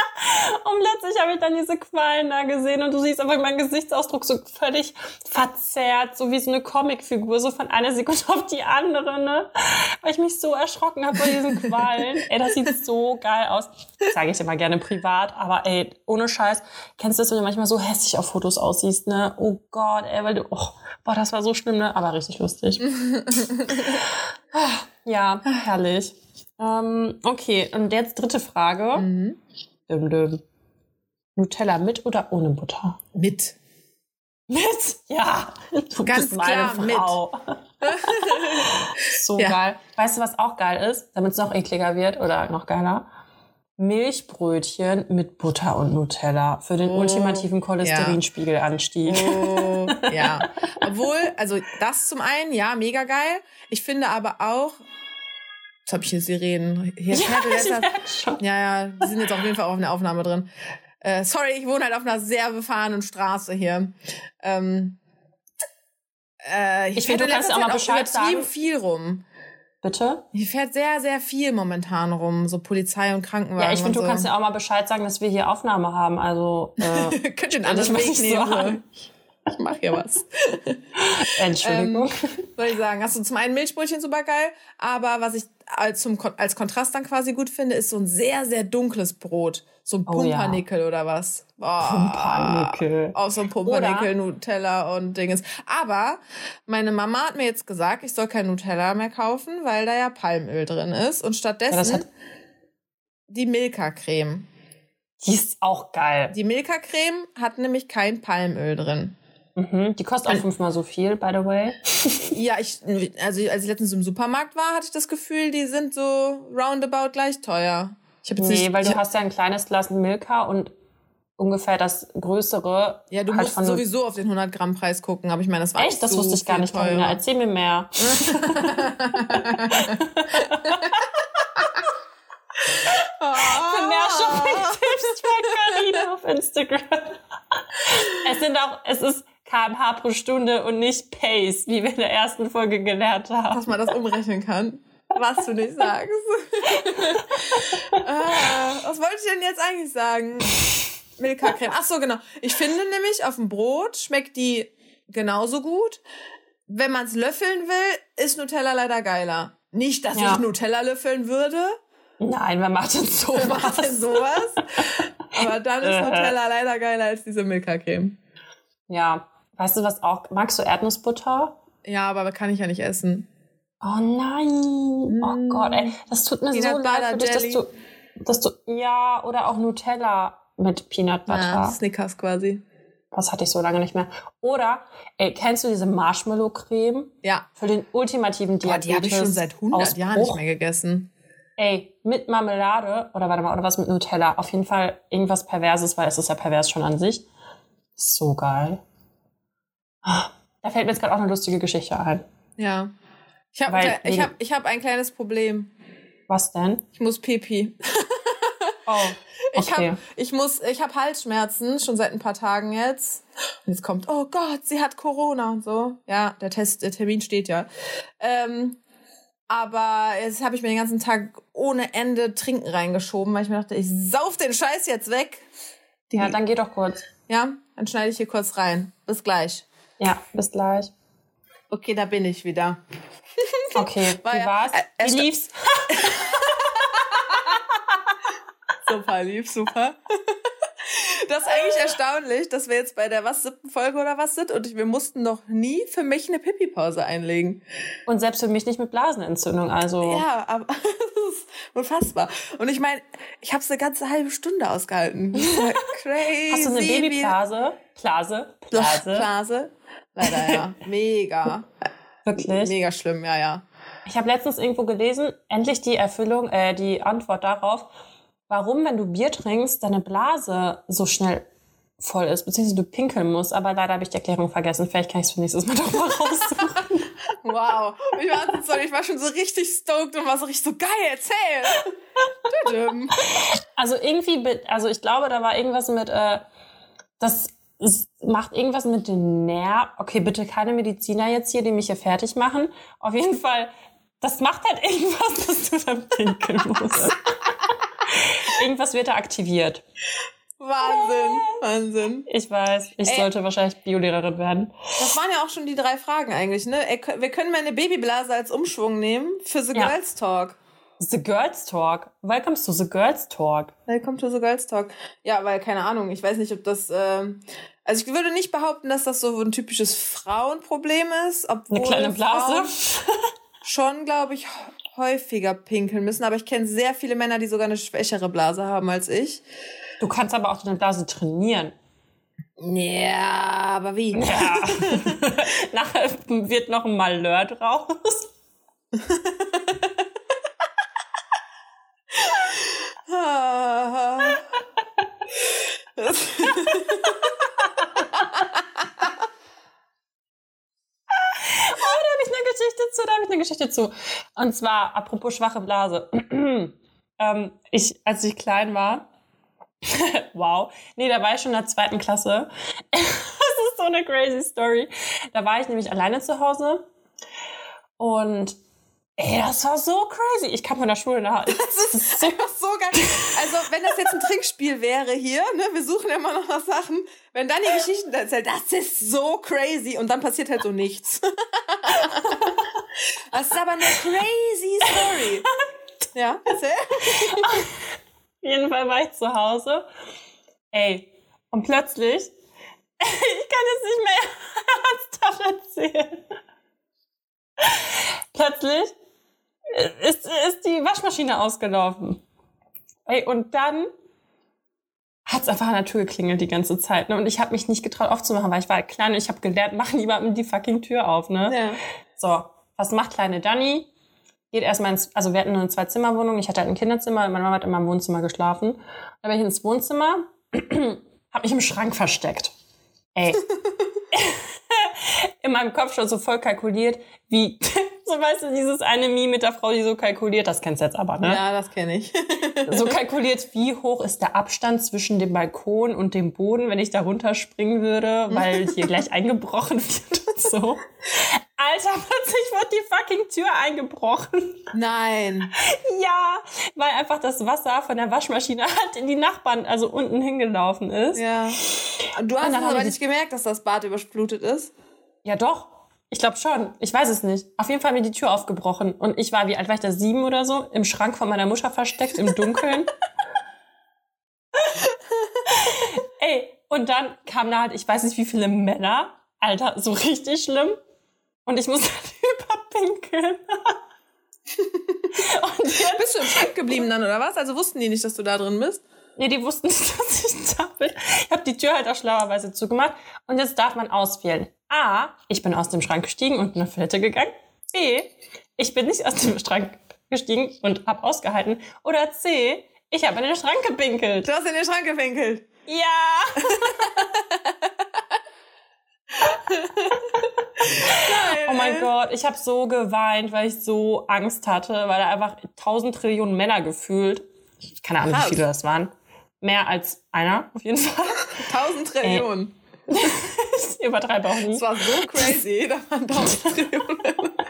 Speaker 1: Und plötzlich habe ich dann diese Quallen da gesehen und du siehst einfach meinen Gesichtsausdruck so völlig verzerrt, so wie so eine Comicfigur, so von einer Sekunde auf die andere, ne? Weil ich mich so erschrocken habe vor diesen Quallen. Ey, das sieht so geil aus. Das sage ich immer gerne privat, aber ey, ohne Scheiß, kennst du das, wenn du manchmal so hässlich auf Fotos aussiehst, ne? Oh Gott, ey, weil du, oh, boah, das war so schlimm, ne? Aber richtig lustig. Ja, herrlich. Ähm, okay, und jetzt dritte Frage.
Speaker 2: Mhm.
Speaker 1: Düm, düm. Nutella mit oder ohne Butter?
Speaker 2: Mit.
Speaker 1: Mit? Ja. Du
Speaker 2: Ganz
Speaker 1: bist meine
Speaker 2: klar,
Speaker 1: Frau. Mit. So
Speaker 2: Ja.
Speaker 1: geil. Weißt du, was auch geil ist, damit es noch ekliger wird oder noch geiler? Milchbrötchen mit Butter und Nutella für den
Speaker 2: Oh,
Speaker 1: ultimativen Cholesterinspiegelanstieg.
Speaker 2: Oh, ja. Obwohl, also das zum einen, ja, mega geil. Ich finde aber auch, jetzt habe ich hier Sirenen. Hier
Speaker 1: Ja,
Speaker 2: fährt
Speaker 1: ich
Speaker 2: jetzt
Speaker 1: merk schon.
Speaker 2: Ja, ja, die sind jetzt auf jeden Fall auch in der Aufnahme drin. Äh, sorry, ich wohne halt auf einer sehr befahrenen Straße hier. Ähm, äh,
Speaker 1: Ich finde,
Speaker 2: fährt
Speaker 1: du
Speaker 2: in
Speaker 1: kannst
Speaker 2: letzter
Speaker 1: auch mal
Speaker 2: Zeit
Speaker 1: Bescheid
Speaker 2: übertrieben
Speaker 1: sagen.
Speaker 2: viel rum.
Speaker 1: Bitte?
Speaker 2: Hier fährt sehr, sehr viel momentan rum, so Polizei und Krankenwagen.
Speaker 1: Ja, ich finde,
Speaker 2: und
Speaker 1: du
Speaker 2: so.
Speaker 1: kannst ja auch mal Bescheid sagen, dass wir hier Aufnahme haben. Also, äh,
Speaker 2: Könnt ihr einen
Speaker 1: ehrlich,
Speaker 2: anderen
Speaker 1: was
Speaker 2: Weg
Speaker 1: ich
Speaker 2: nehmen.
Speaker 1: sagen.
Speaker 2: So. Ich mache hier was.
Speaker 1: Entschuldigung.
Speaker 2: Ähm, soll ich sagen, hast du zum einen Milchbrötchen super geil, aber was ich als, zum, Kon- als Kontrast dann quasi gut finde, ist so ein sehr, sehr dunkles Brot. So ein
Speaker 1: Oh ja.
Speaker 2: Pumpernickel oder was. Boah.
Speaker 1: Pumpernickel.
Speaker 2: Auch so ein Pumpernickel, Nutella und Dinges. Aber meine Mama hat mir jetzt gesagt, ich soll kein Nutella mehr kaufen, weil da ja Palmöl drin ist. Und stattdessen
Speaker 1: Ja, das hat-
Speaker 2: die Milka-Creme.
Speaker 1: Die ist auch geil.
Speaker 2: Die Milka-Creme hat nämlich kein Palmöl drin.
Speaker 1: Mhm. Die kostet auch fünfmal so viel, by the way.
Speaker 2: Ja, ich, also als ich letztens im Supermarkt war, hatte ich das Gefühl, die sind so roundabout gleich teuer. Ich hab jetzt
Speaker 1: Nee,
Speaker 2: nicht,
Speaker 1: weil du
Speaker 2: ich,
Speaker 1: hast ja ein kleines Glas Milka und ungefähr das größere.
Speaker 2: ja, du
Speaker 1: halt
Speaker 2: musst
Speaker 1: von
Speaker 2: sowieso auf den hundert Gramm Preis gucken, aber ich meine, das war
Speaker 1: Echt?
Speaker 2: nicht
Speaker 1: Das
Speaker 2: so
Speaker 1: wusste ich gar
Speaker 2: viel
Speaker 1: nicht,
Speaker 2: teurer.
Speaker 1: Carina. Erzähl mir mehr. Für mehr Shopping-Tipps von Carina auf Instagram. Es sind auch, es ist K M H pro Stunde und nicht Pace, wie wir in der ersten Folge gelernt haben.
Speaker 2: Dass man das umrechnen kann, was du nicht sagst. ah, was wollte ich denn jetzt eigentlich sagen? Milka-Creme. Ach so, genau. Ich finde nämlich, auf dem Brot schmeckt die genauso gut. Wenn man es löffeln will, ist Nutella leider geiler. Nicht, dass
Speaker 1: Ja.
Speaker 2: ich Nutella löffeln würde.
Speaker 1: Nein, wer macht denn sowas?
Speaker 2: Wer macht denn sowas? Aber dann ist Nutella leider geiler als diese Milka-Creme.
Speaker 1: Ja, weißt du was auch? Magst du Erdnussbutter?
Speaker 2: Ja, aber kann ich ja nicht essen.
Speaker 1: Oh nein. Oh Gott, ey. Das tut mir
Speaker 2: Peanut
Speaker 1: so leid
Speaker 2: Butter
Speaker 1: für dich, dass
Speaker 2: Jelly.
Speaker 1: du, dass du, ja, oder auch Nutella mit Peanut Butter.
Speaker 2: Ja, Snickers quasi.
Speaker 1: Das hatte ich so lange nicht mehr. Oder, ey, kennst du diese Marshmallow-Creme?
Speaker 2: Ja.
Speaker 1: Für den ultimativen
Speaker 2: Boah,
Speaker 1: Diabetes.
Speaker 2: die habe ich schon seit hundert Jahren nicht
Speaker 1: Ausbruch.
Speaker 2: mehr gegessen.
Speaker 1: Ey, mit Marmelade, oder warte mal, oder was mit Nutella? Auf jeden Fall irgendwas Perverses, weil es ist ja pervers schon an sich. So geil. Ah, Da fällt mir jetzt gerade auch eine lustige Geschichte ein.
Speaker 2: Ja. Ich habe
Speaker 1: Weil
Speaker 2: ich
Speaker 1: wegen-
Speaker 2: hab, ich hab ein kleines Problem.
Speaker 1: Was denn?
Speaker 2: Ich muss Pipi.
Speaker 1: Oh,
Speaker 2: Ich
Speaker 1: okay.
Speaker 2: hab, ich muss, ich habe Halsschmerzen schon seit ein paar Tagen jetzt. Und jetzt kommt, oh Gott, sie hat Corona und so. Ja, der Test, der Termin steht ja. Ähm, aber jetzt habe ich mir den ganzen Tag ohne Ende Trinken reingeschoben, weil ich mir dachte, ich sauf den Scheiß jetzt weg. Die,
Speaker 1: Ja, dann geh doch kurz.
Speaker 2: ja, dann schneide ich hier kurz rein. Bis gleich.
Speaker 1: Ja, bis gleich.
Speaker 2: Okay, da bin ich wieder.
Speaker 1: Okay,
Speaker 2: War
Speaker 1: wie
Speaker 2: ja-
Speaker 1: war's?
Speaker 2: äh,
Speaker 1: Wie
Speaker 2: ersta-
Speaker 1: lief's?
Speaker 2: Super lieb, super. Das ist eigentlich erstaunlich, dass wir jetzt bei der was siebten Folge oder was sind und ich, wir mussten noch nie für mich eine Pipi-Pause einlegen.
Speaker 1: Und selbst für mich nicht mit Blasenentzündung, also.
Speaker 2: Ja, aber das ist unfassbar. Und ich meine, ich habe es eine ganze halbe Stunde ausgehalten. Das ist ja crazy.
Speaker 1: Hast du eine
Speaker 2: wie-
Speaker 1: Babyblase? Blase?
Speaker 2: Blase?
Speaker 1: Blase?
Speaker 2: Blase? Leider, ja. Mega.
Speaker 1: Wirklich?
Speaker 2: Mega schlimm, ja, ja.
Speaker 1: Ich habe letztens irgendwo gelesen, endlich die Erfüllung, äh, die Antwort darauf, warum, wenn du Bier trinkst, deine Blase so schnell voll ist, beziehungsweise du pinkeln musst. Aber leider habe ich die Erklärung vergessen. Vielleicht kann ich es für nächstes Mal doch mal raussuchen.
Speaker 2: Wow. Ich war, sorry, ich war schon so richtig stoked und war so richtig so geil, erzähl. Tüdüm.
Speaker 1: Also irgendwie, be- also ich glaube, da war irgendwas mit, äh, das ist, macht irgendwas mit den Nerven. Okay, bitte keine Mediziner jetzt hier, die mich hier fertig machen. Auf jeden Fall, das macht halt irgendwas, dass du dann pinkeln musst. Irgendwas wird da aktiviert.
Speaker 2: Wahnsinn, Wahnsinn.
Speaker 1: Ich weiß, ich Ey. sollte wahrscheinlich Biolehrerin werden.
Speaker 2: Das waren ja auch schon die drei Fragen eigentlich, ne? Wir können meine Babyblase als Umschwung nehmen für The ja. Girls Talk.
Speaker 1: The Girls Talk? Welcome to The Girls Talk.
Speaker 2: Welcome to The Girls Talk. Ja, weil, keine Ahnung, ich weiß nicht, ob das... Äh, also ich würde nicht behaupten, dass das so ein typisches Frauenproblem ist. Obwohl
Speaker 1: Eine kleine Blase?
Speaker 2: schon, glaube ich, häufiger pinkeln müssen. Aber ich kenne sehr viele Männer, die sogar eine schwächere Blase haben als ich.
Speaker 1: Du kannst aber auch deine Blase trainieren.
Speaker 2: Ja, aber wie?
Speaker 1: Ja. Nachher wird noch ein Malheur draus. Zu, da habe ich eine Geschichte zu. Und zwar, apropos schwache Blase. ähm, ich, als ich klein war, wow, nee, da war ich schon in der zweiten Klasse. Das ist so eine crazy Story. Da war ich nämlich alleine zu Hause und ey, das war so crazy. Ich kam von der Schule nach Hause.
Speaker 2: Das ist, das ist so, einfach so geil. Also, wenn das jetzt ein Trinkspiel wäre hier, ne, wir suchen immer noch nach Sachen, wenn dann die Geschichten erzählt, das ist so crazy und dann passiert halt so nichts. Das ist aber eine crazy Story. Ja, erzähl.
Speaker 1: Auf jeden Fall war ich zu Hause. Ey, und plötzlich, ich kann jetzt nicht mehr ernsthaft erzählen. Plötzlich ist, ist die Waschmaschine ausgelaufen. Ey, und dann hat es einfach an der Tür geklingelt die ganze Zeit. Ne? Und ich habe mich nicht getraut aufzumachen, weil ich war halt klein und ich habe gelernt, mach niemandem die fucking Tür auf. Ne?
Speaker 2: Ja.
Speaker 1: So, was macht kleine Dani? Geht erstmal ins, also wir hatten eine Zwei-Zimmer-Wohnung, ich hatte halt ein Kinderzimmer, meine Mama hat immer im Wohnzimmer geschlafen. Dann bin ich ins Wohnzimmer, hab mich im Schrank versteckt. Ey. In meinem Kopf schon so voll kalkuliert, wie, so weißt du, dieses eine Meme mit der Frau, die so kalkuliert, das kennst du jetzt aber, ne?
Speaker 2: Ja, das kenne ich.
Speaker 1: So kalkuliert, wie hoch ist der Abstand zwischen dem Balkon und dem Boden, wenn ich da runterspringen würde, weil hier gleich eingebrochen wird und so. Alter, plötzlich wird die fucking Tür eingebrochen.
Speaker 2: Nein.
Speaker 1: Ja, weil einfach das Wasser von der Waschmaschine halt in die Nachbarn, also unten hingelaufen ist.
Speaker 2: Ja. Und du hast es aber nicht gemerkt, dass das Bad überflutet ist?
Speaker 1: Ja, doch. Ich glaube schon. Ich weiß es nicht. Auf jeden Fall hat mir die Tür aufgebrochen. Und ich war, wie alt war ich da? Sieben oder so? Im Schrank von meiner Mutter versteckt, im Dunkeln. Ey, und dann kamen da halt, ich weiß nicht wie viele Männer. Alter, so richtig schlimm. Und ich musste halt überpinkeln.
Speaker 2: Und jetzt bist du im Schrank geblieben dann, oder was? Also wussten die nicht, dass du da drin bist?
Speaker 1: Nee, die wussten nicht, dass ich da bin. Ich habe die Tür halt auch schlauerweise zugemacht. Und jetzt darf man auswählen. A, ich bin aus dem Schrank gestiegen und in eine Toilette gegangen. B, ich bin nicht aus dem Schrank gestiegen und hab ausgehalten. Oder C, ich habe in den Schrank gepinkelt.
Speaker 2: Du hast in den Schrank gepinkelt?
Speaker 1: Ja. Oh mein Gott, ich habe so geweint, weil ich so Angst hatte, weil da einfach tausend Trillionen Männer gefühlt, keine Ahnung, wie viele das waren, mehr als einer auf jeden Fall.
Speaker 2: Tausend Trillionen.
Speaker 1: Ich übertreibe auch nie.
Speaker 2: Das war so crazy, da waren tausend Trillionen.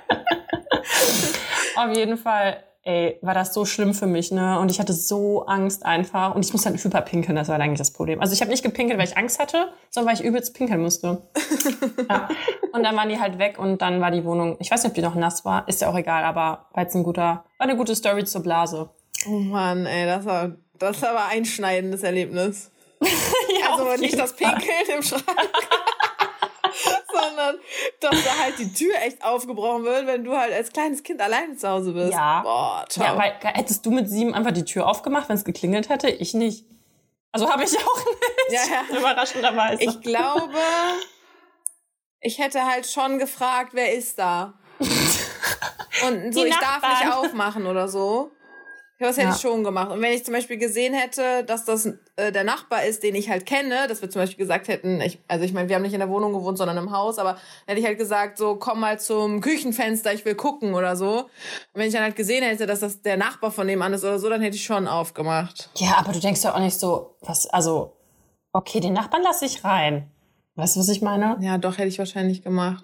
Speaker 1: Auf jeden Fall, ey, war das so schlimm für mich, ne? Und ich hatte so Angst einfach. Und ich musste halt hyperpinkeln, das war eigentlich das Problem. Also ich habe nicht gepinkelt, weil ich Angst hatte, sondern weil ich übelst pinkeln musste. Ja. Und dann waren die halt weg und dann war die Wohnung, ich weiß nicht, ob die noch nass war, ist ja auch egal, aber war jetzt ein guter, war eine gute Story zur Blase.
Speaker 2: Oh Mann, ey, das war, das war aber ein einschneidendes Erlebnis. Ja, also nicht das Pinkeln im Schrank, sondern dass da halt die Tür echt aufgebrochen wird, wenn du halt als kleines Kind alleine zu Hause bist.
Speaker 1: Ja.
Speaker 2: Boah, ciao.
Speaker 1: Ja, weil hättest du mit sieben einfach die Tür aufgemacht, wenn es geklingelt hätte? Ich nicht. Also habe ich auch nicht.
Speaker 2: Ja, ja.
Speaker 1: Überraschenderweise.
Speaker 2: Ich glaube, ich hätte halt schon gefragt, wer ist da? Und so,
Speaker 1: Die
Speaker 2: ich darf
Speaker 1: Nachbarn.
Speaker 2: nicht aufmachen oder so. Das hätte
Speaker 1: Ja.
Speaker 2: ich schon gemacht. Und wenn ich zum Beispiel gesehen hätte, dass das äh, der Nachbar ist, den ich halt kenne, dass wir zum Beispiel gesagt hätten, ich, also ich meine, wir haben nicht in der Wohnung gewohnt, sondern im Haus, aber dann hätte ich halt gesagt, so, komm mal zum Küchenfenster, ich will gucken oder so. Und wenn ich dann halt gesehen hätte, dass das der Nachbar von dem an ist oder so, dann hätte ich schon aufgemacht.
Speaker 1: Ja, aber du denkst doch auch nicht so, was, also, okay, den Nachbarn lasse ich rein. Weißt du, was ich meine?
Speaker 2: Ja, doch, hätte ich wahrscheinlich gemacht.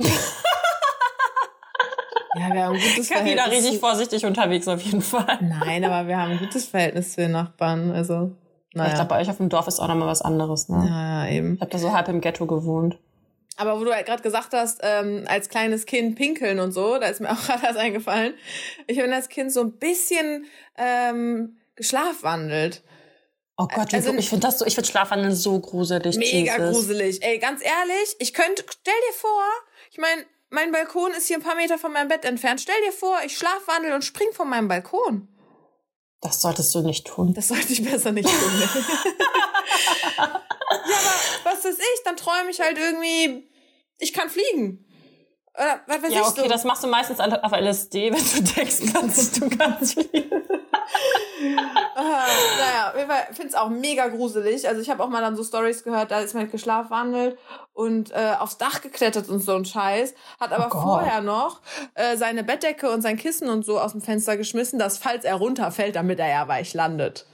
Speaker 2: Ja, wir haben ein gutes
Speaker 1: Carina
Speaker 2: Verhältnis.
Speaker 1: richtig vorsichtig unterwegs auf jeden Fall.
Speaker 2: Nein, aber wir haben ein gutes Verhältnis zu den Nachbarn. Also Naja.
Speaker 1: Ich glaube, bei euch auf dem Dorf ist auch nochmal was anderes, ne?
Speaker 2: Ja, eben.
Speaker 1: Ich habe da so halb im Ghetto gewohnt.
Speaker 2: Aber wo du halt gerade gesagt hast, ähm, als kleines Kind pinkeln und so, da ist mir auch gerade was eingefallen. Ich bin als Kind so ein bisschen ähm, geschlafwandelt.
Speaker 1: Oh Gott,
Speaker 2: also,
Speaker 1: ich finde das so, ich finde Schlafwandeln so gruselig.
Speaker 2: Mega
Speaker 1: Jesus.
Speaker 2: gruselig. Ey, ganz ehrlich, ich könnte, stell dir vor, ich meine, mein Balkon ist hier ein paar Meter von meinem Bett entfernt. Stell dir vor, ich schlafwandel und spring von meinem Balkon.
Speaker 1: Das solltest du nicht tun.
Speaker 2: Das sollte ich besser nicht tun. Ja, aber was weiß ich, dann träume ich halt irgendwie, ich kann fliegen. Oder was weiß
Speaker 1: ja,
Speaker 2: ich
Speaker 1: okay,
Speaker 2: so.
Speaker 1: das machst du meistens auf L S D, wenn du denkst, kannst du kannst fliegen.
Speaker 2: Ah, naja, auf jeden Fall finde es auch mega gruselig. Also ich habe auch mal dann so Stories gehört, da ist man halt geschlafwandelt und äh, aufs Dach geklettert und so ein Scheiß, hat aber
Speaker 1: Oh
Speaker 2: vorher noch äh, seine Bettdecke und sein Kissen und so aus dem Fenster geschmissen, dass falls er runterfällt, damit er ja weich landet.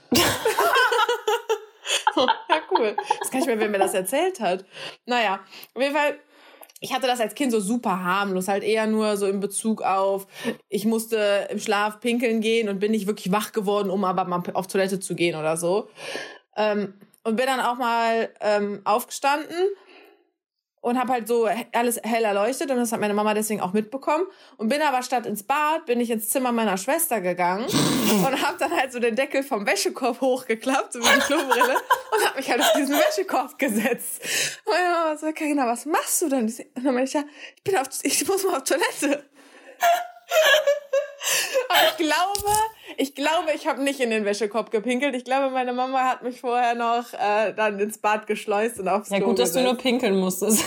Speaker 2: Ja, cool. Das kann ich mir, wer mir das erzählt hat. Naja, auf jeden Fall, ich hatte das als Kind so super harmlos, halt eher nur so in Bezug auf, ich musste im Schlaf pinkeln gehen und bin nicht wirklich wach geworden, um aber mal auf Toilette zu gehen oder so. Ähm, und bin dann auch mal ähm, aufgestanden und habe halt so alles hell erleuchtet und das hat meine Mama deswegen auch mitbekommen. Und bin aber statt ins Bad, bin ich ins Zimmer meiner Schwester gegangen und habe dann halt so den Deckel vom Wäschekorb hochgeklappt, so wie die Klobrille, und habe mich halt auf diesen Wäschekorb gesetzt. Und meine Mama so, Carina, was machst du denn? Und dann meinte ich, ja, ich, bin auf, ich muss mal auf Toilette. Aber ich glaube, ich glaube, ich habe nicht in den Wäschekorb gepinkelt. Ich glaube, meine Mama hat mich vorher noch äh, dann ins Bad geschleust und aufs
Speaker 1: Ja,
Speaker 2: Klo
Speaker 1: gut, dass
Speaker 2: gesetzt.
Speaker 1: du nur pinkeln musstest.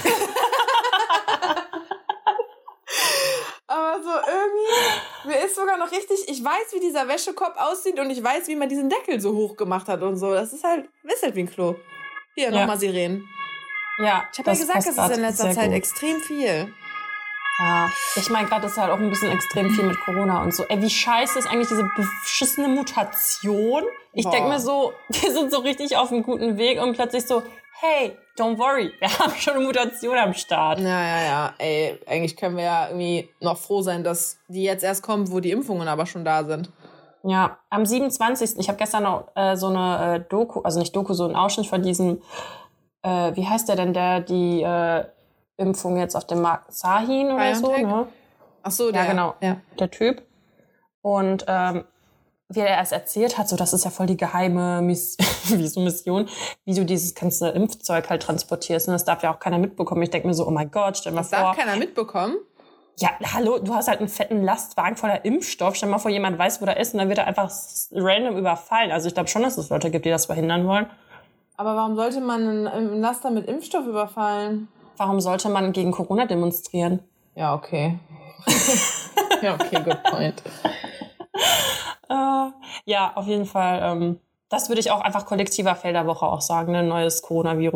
Speaker 2: Aber so irgendwie, mir ist sogar noch richtig, ich weiß, wie dieser Wäschekorb aussieht und ich weiß, wie man diesen Deckel so hoch gemacht hat und so. Das ist halt, ist halt wie ein Klo. Hier,
Speaker 1: Ja.
Speaker 2: nochmal Sirenen.
Speaker 1: Ja,
Speaker 2: Ich habe ja gesagt, das ist in letzter Zeit
Speaker 1: gut.
Speaker 2: extrem viel.
Speaker 1: Ja, ich meine, gerade ist halt auch ein bisschen extrem viel mit Corona und so. Ey, wie scheiße ist eigentlich diese beschissene Mutation? Ich denke mir so, wir sind so richtig auf einem guten Weg und plötzlich so, hey, don't worry, wir haben schon eine Mutation am Start.
Speaker 2: Ja, ja, ja. Ey, eigentlich können wir ja irgendwie noch froh sein, dass die jetzt erst kommt, wo die Impfungen aber schon da sind.
Speaker 1: Ja, am siebenundzwanzigsten Ich habe gestern noch äh, so eine äh, Doku, also nicht Doku, so einen Ausschnitt von diesem, äh, wie heißt der denn, der die äh, Impfung jetzt auf dem Markt, Sahin oder
Speaker 2: BioNTech?
Speaker 1: so, ne?
Speaker 2: Ach so, der.
Speaker 1: Ja, genau,
Speaker 2: Ja.
Speaker 1: der Typ. Und ähm, wie er es erzählt hat, so das ist ja voll die geheime Miss- wie so Mission, wie du dieses ganze Impfzeug halt transportierst. Und das darf ja auch keiner mitbekommen. Ich denke mir so, oh mein Gott, stell mal
Speaker 2: Das
Speaker 1: vor.
Speaker 2: darf keiner mitbekommen?
Speaker 1: Ja, hallo, du hast halt einen fetten Lastwagen voller Impfstoff. Stell mal vor, jemand weiß, wo der ist und dann wird er einfach random überfallen. Also ich glaube schon, dass es Leute gibt, die das verhindern wollen.
Speaker 2: Aber warum sollte man einen Laster mit Impfstoff überfallen?
Speaker 1: Warum sollte man gegen Corona demonstrieren?
Speaker 2: Ja, okay. Ja, okay, good point.
Speaker 1: Äh, ja, auf jeden Fall. Ähm, das würde ich auch einfach kollektiver Fail der Woche auch sagen. Ein neues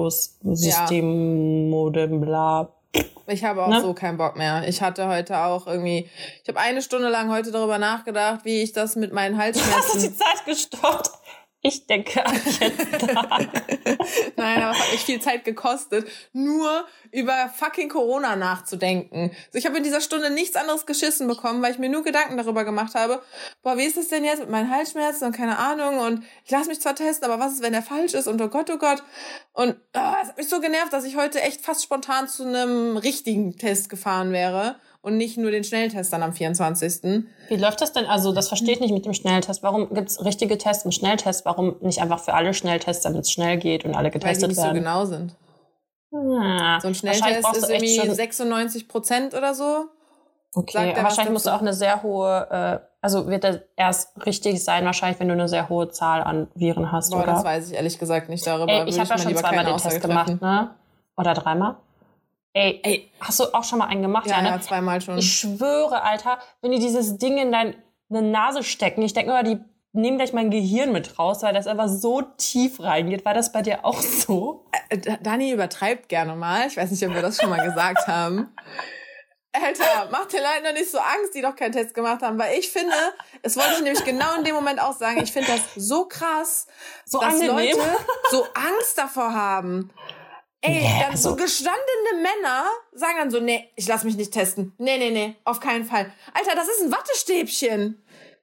Speaker 1: Coronavirus-System-Modem, bla.
Speaker 2: Ich habe auch
Speaker 1: Ne?
Speaker 2: so keinen Bock mehr. Ich hatte heute auch irgendwie, ich habe eine Stunde lang heute darüber nachgedacht, wie ich das mit meinen
Speaker 1: Hast du
Speaker 2: Halsschmerzen...
Speaker 1: die Zeit gestoppt? Ich denke an jetzt dran.
Speaker 2: Nein, aber es hat mich viel Zeit gekostet, nur über fucking Corona nachzudenken. Also ich habe in dieser Stunde nichts anderes geschissen bekommen, weil ich mir nur Gedanken darüber gemacht habe, boah, wie ist es denn jetzt mit meinen Halsschmerzen und keine Ahnung und ich lasse mich zwar testen, aber was ist, wenn der falsch ist und oh Gott, oh Gott. Und oh, es hat mich so genervt, dass ich heute echt fast spontan zu einem richtigen Test gefahren wäre und nicht nur den Schnelltest dann am vierundzwanzigsten
Speaker 1: Wie läuft das denn? Also das verstehe ich nicht mit dem Schnelltest. Warum gibt es richtige Tests und Schnelltests? Warum nicht einfach für alle Schnelltests, damit es schnell geht und alle
Speaker 2: Weil die
Speaker 1: getestet
Speaker 2: nicht so
Speaker 1: werden?
Speaker 2: genau sind.
Speaker 1: Ah,
Speaker 2: So ein
Speaker 1: wahrscheinlich
Speaker 2: Schnelltest
Speaker 1: brauchst
Speaker 2: ist
Speaker 1: du echt
Speaker 2: irgendwie
Speaker 1: schon-
Speaker 2: sechsundneunzig Prozent oder so.
Speaker 1: Okay,
Speaker 2: Sagt er
Speaker 1: aber
Speaker 2: was
Speaker 1: wahrscheinlich musst du
Speaker 2: dazu?
Speaker 1: auch eine sehr hohe, äh, also wird das erst richtig sein, wahrscheinlich, wenn du eine sehr hohe Zahl an Viren hast,
Speaker 2: Boah,
Speaker 1: oder?
Speaker 2: das weiß ich ehrlich gesagt nicht. Darüber
Speaker 1: Ey,
Speaker 2: würde
Speaker 1: ich habe ja
Speaker 2: mal
Speaker 1: schon
Speaker 2: lieber
Speaker 1: zweimal
Speaker 2: keine
Speaker 1: den
Speaker 2: Aussage
Speaker 1: Test
Speaker 2: treffen.
Speaker 1: gemacht, ne? Oder dreimal? Ey,
Speaker 2: Ey.
Speaker 1: hast du auch schon mal einen gemacht?
Speaker 2: Ja,
Speaker 1: ne?
Speaker 2: ja, zweimal schon.
Speaker 1: Ich schwöre, Alter, wenn die dieses Ding in deine Nase stecken, ich denke immer, die nehmen gleich mein Gehirn mit raus, weil das einfach so tief reingeht. War das bei dir auch so?
Speaker 2: Äh, Dani übertreibt gerne mal. Ich weiß nicht, ob wir das schon mal gesagt haben. Alter, mach den Leuten doch nicht so Angst, die doch keinen Test gemacht haben. Weil ich finde, das wollte ich nämlich genau in dem Moment auch sagen, ich finde das so krass,
Speaker 1: So
Speaker 2: dass
Speaker 1: angenehm.
Speaker 2: Leute so Angst davor haben. Ey,
Speaker 1: Nee,
Speaker 2: dann
Speaker 1: also-
Speaker 2: so gestandene Männer sagen dann so, nee, ich lass mich nicht testen. Nee, nee, nee, auf keinen Fall. Alter, das ist ein Wattestäbchen.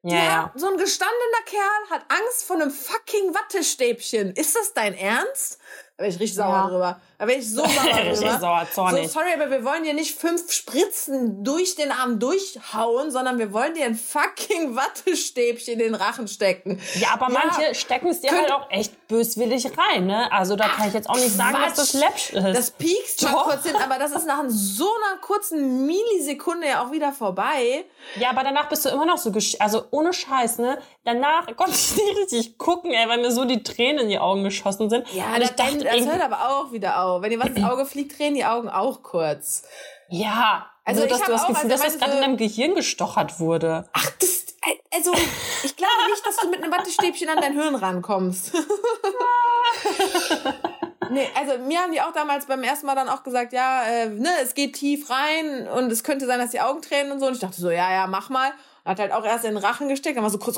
Speaker 1: Ja, ja.
Speaker 2: Hat, so ein gestandener Kerl hat Angst vor einem fucking Wattestäbchen. Ist das dein Ernst? Da wäre ich richtig sauer
Speaker 1: Ja.
Speaker 2: drüber. Da wäre ich so sauer
Speaker 1: Richtig
Speaker 2: drüber.
Speaker 1: sauer, zornig.
Speaker 2: So, sorry, aber wir wollen dir nicht fünf Spritzen durch den Arm durchhauen, sondern wir wollen dir ein fucking Wattestäbchen in den Rachen stecken.
Speaker 1: Ja, aber
Speaker 2: Ja,
Speaker 1: manche stecken es dir
Speaker 2: könnt-
Speaker 1: halt auch echt böswillig rein, ne? Also da kann ich jetzt auch nicht sagen,
Speaker 2: Quatsch.
Speaker 1: dass das läppsch ist.
Speaker 2: Das piekst mal
Speaker 1: Doch.
Speaker 2: kurz hin, aber das ist nach so einer kurzen Millisekunde ja auch wieder vorbei.
Speaker 1: Ja, aber danach bist du immer noch so, gesch also ohne Scheiß, ne? Danach konnte ich nicht richtig gucken, ey, weil mir so die Tränen in die Augen geschossen sind.
Speaker 2: Ja,
Speaker 1: und
Speaker 2: das,
Speaker 1: ich dachte
Speaker 2: das
Speaker 1: irgendwie,
Speaker 2: hört aber auch wieder auf. Wenn dir was ins Auge fliegt, drehen die Augen auch kurz.
Speaker 1: ja,
Speaker 2: Also
Speaker 1: also
Speaker 2: ich
Speaker 1: dass
Speaker 2: hab
Speaker 1: du das
Speaker 2: auch,
Speaker 1: Gefühl,
Speaker 2: als
Speaker 1: dass
Speaker 2: er
Speaker 1: das gerade in
Speaker 2: meinte-
Speaker 1: deinem Gehirn gestochert wurde.
Speaker 2: Ach, das, also, ich glaube nicht, dass du mit einem Wattestäbchen an dein Hirn rankommst. Nee, also mir haben die auch damals beim ersten Mal dann auch gesagt, ja, äh, ne, es geht tief rein und es könnte sein, dass die Augen tränen und so. Und ich dachte so, ja, ja, mach mal. Und hat halt auch erst in den Rachen gesteckt, dann war so kurz so.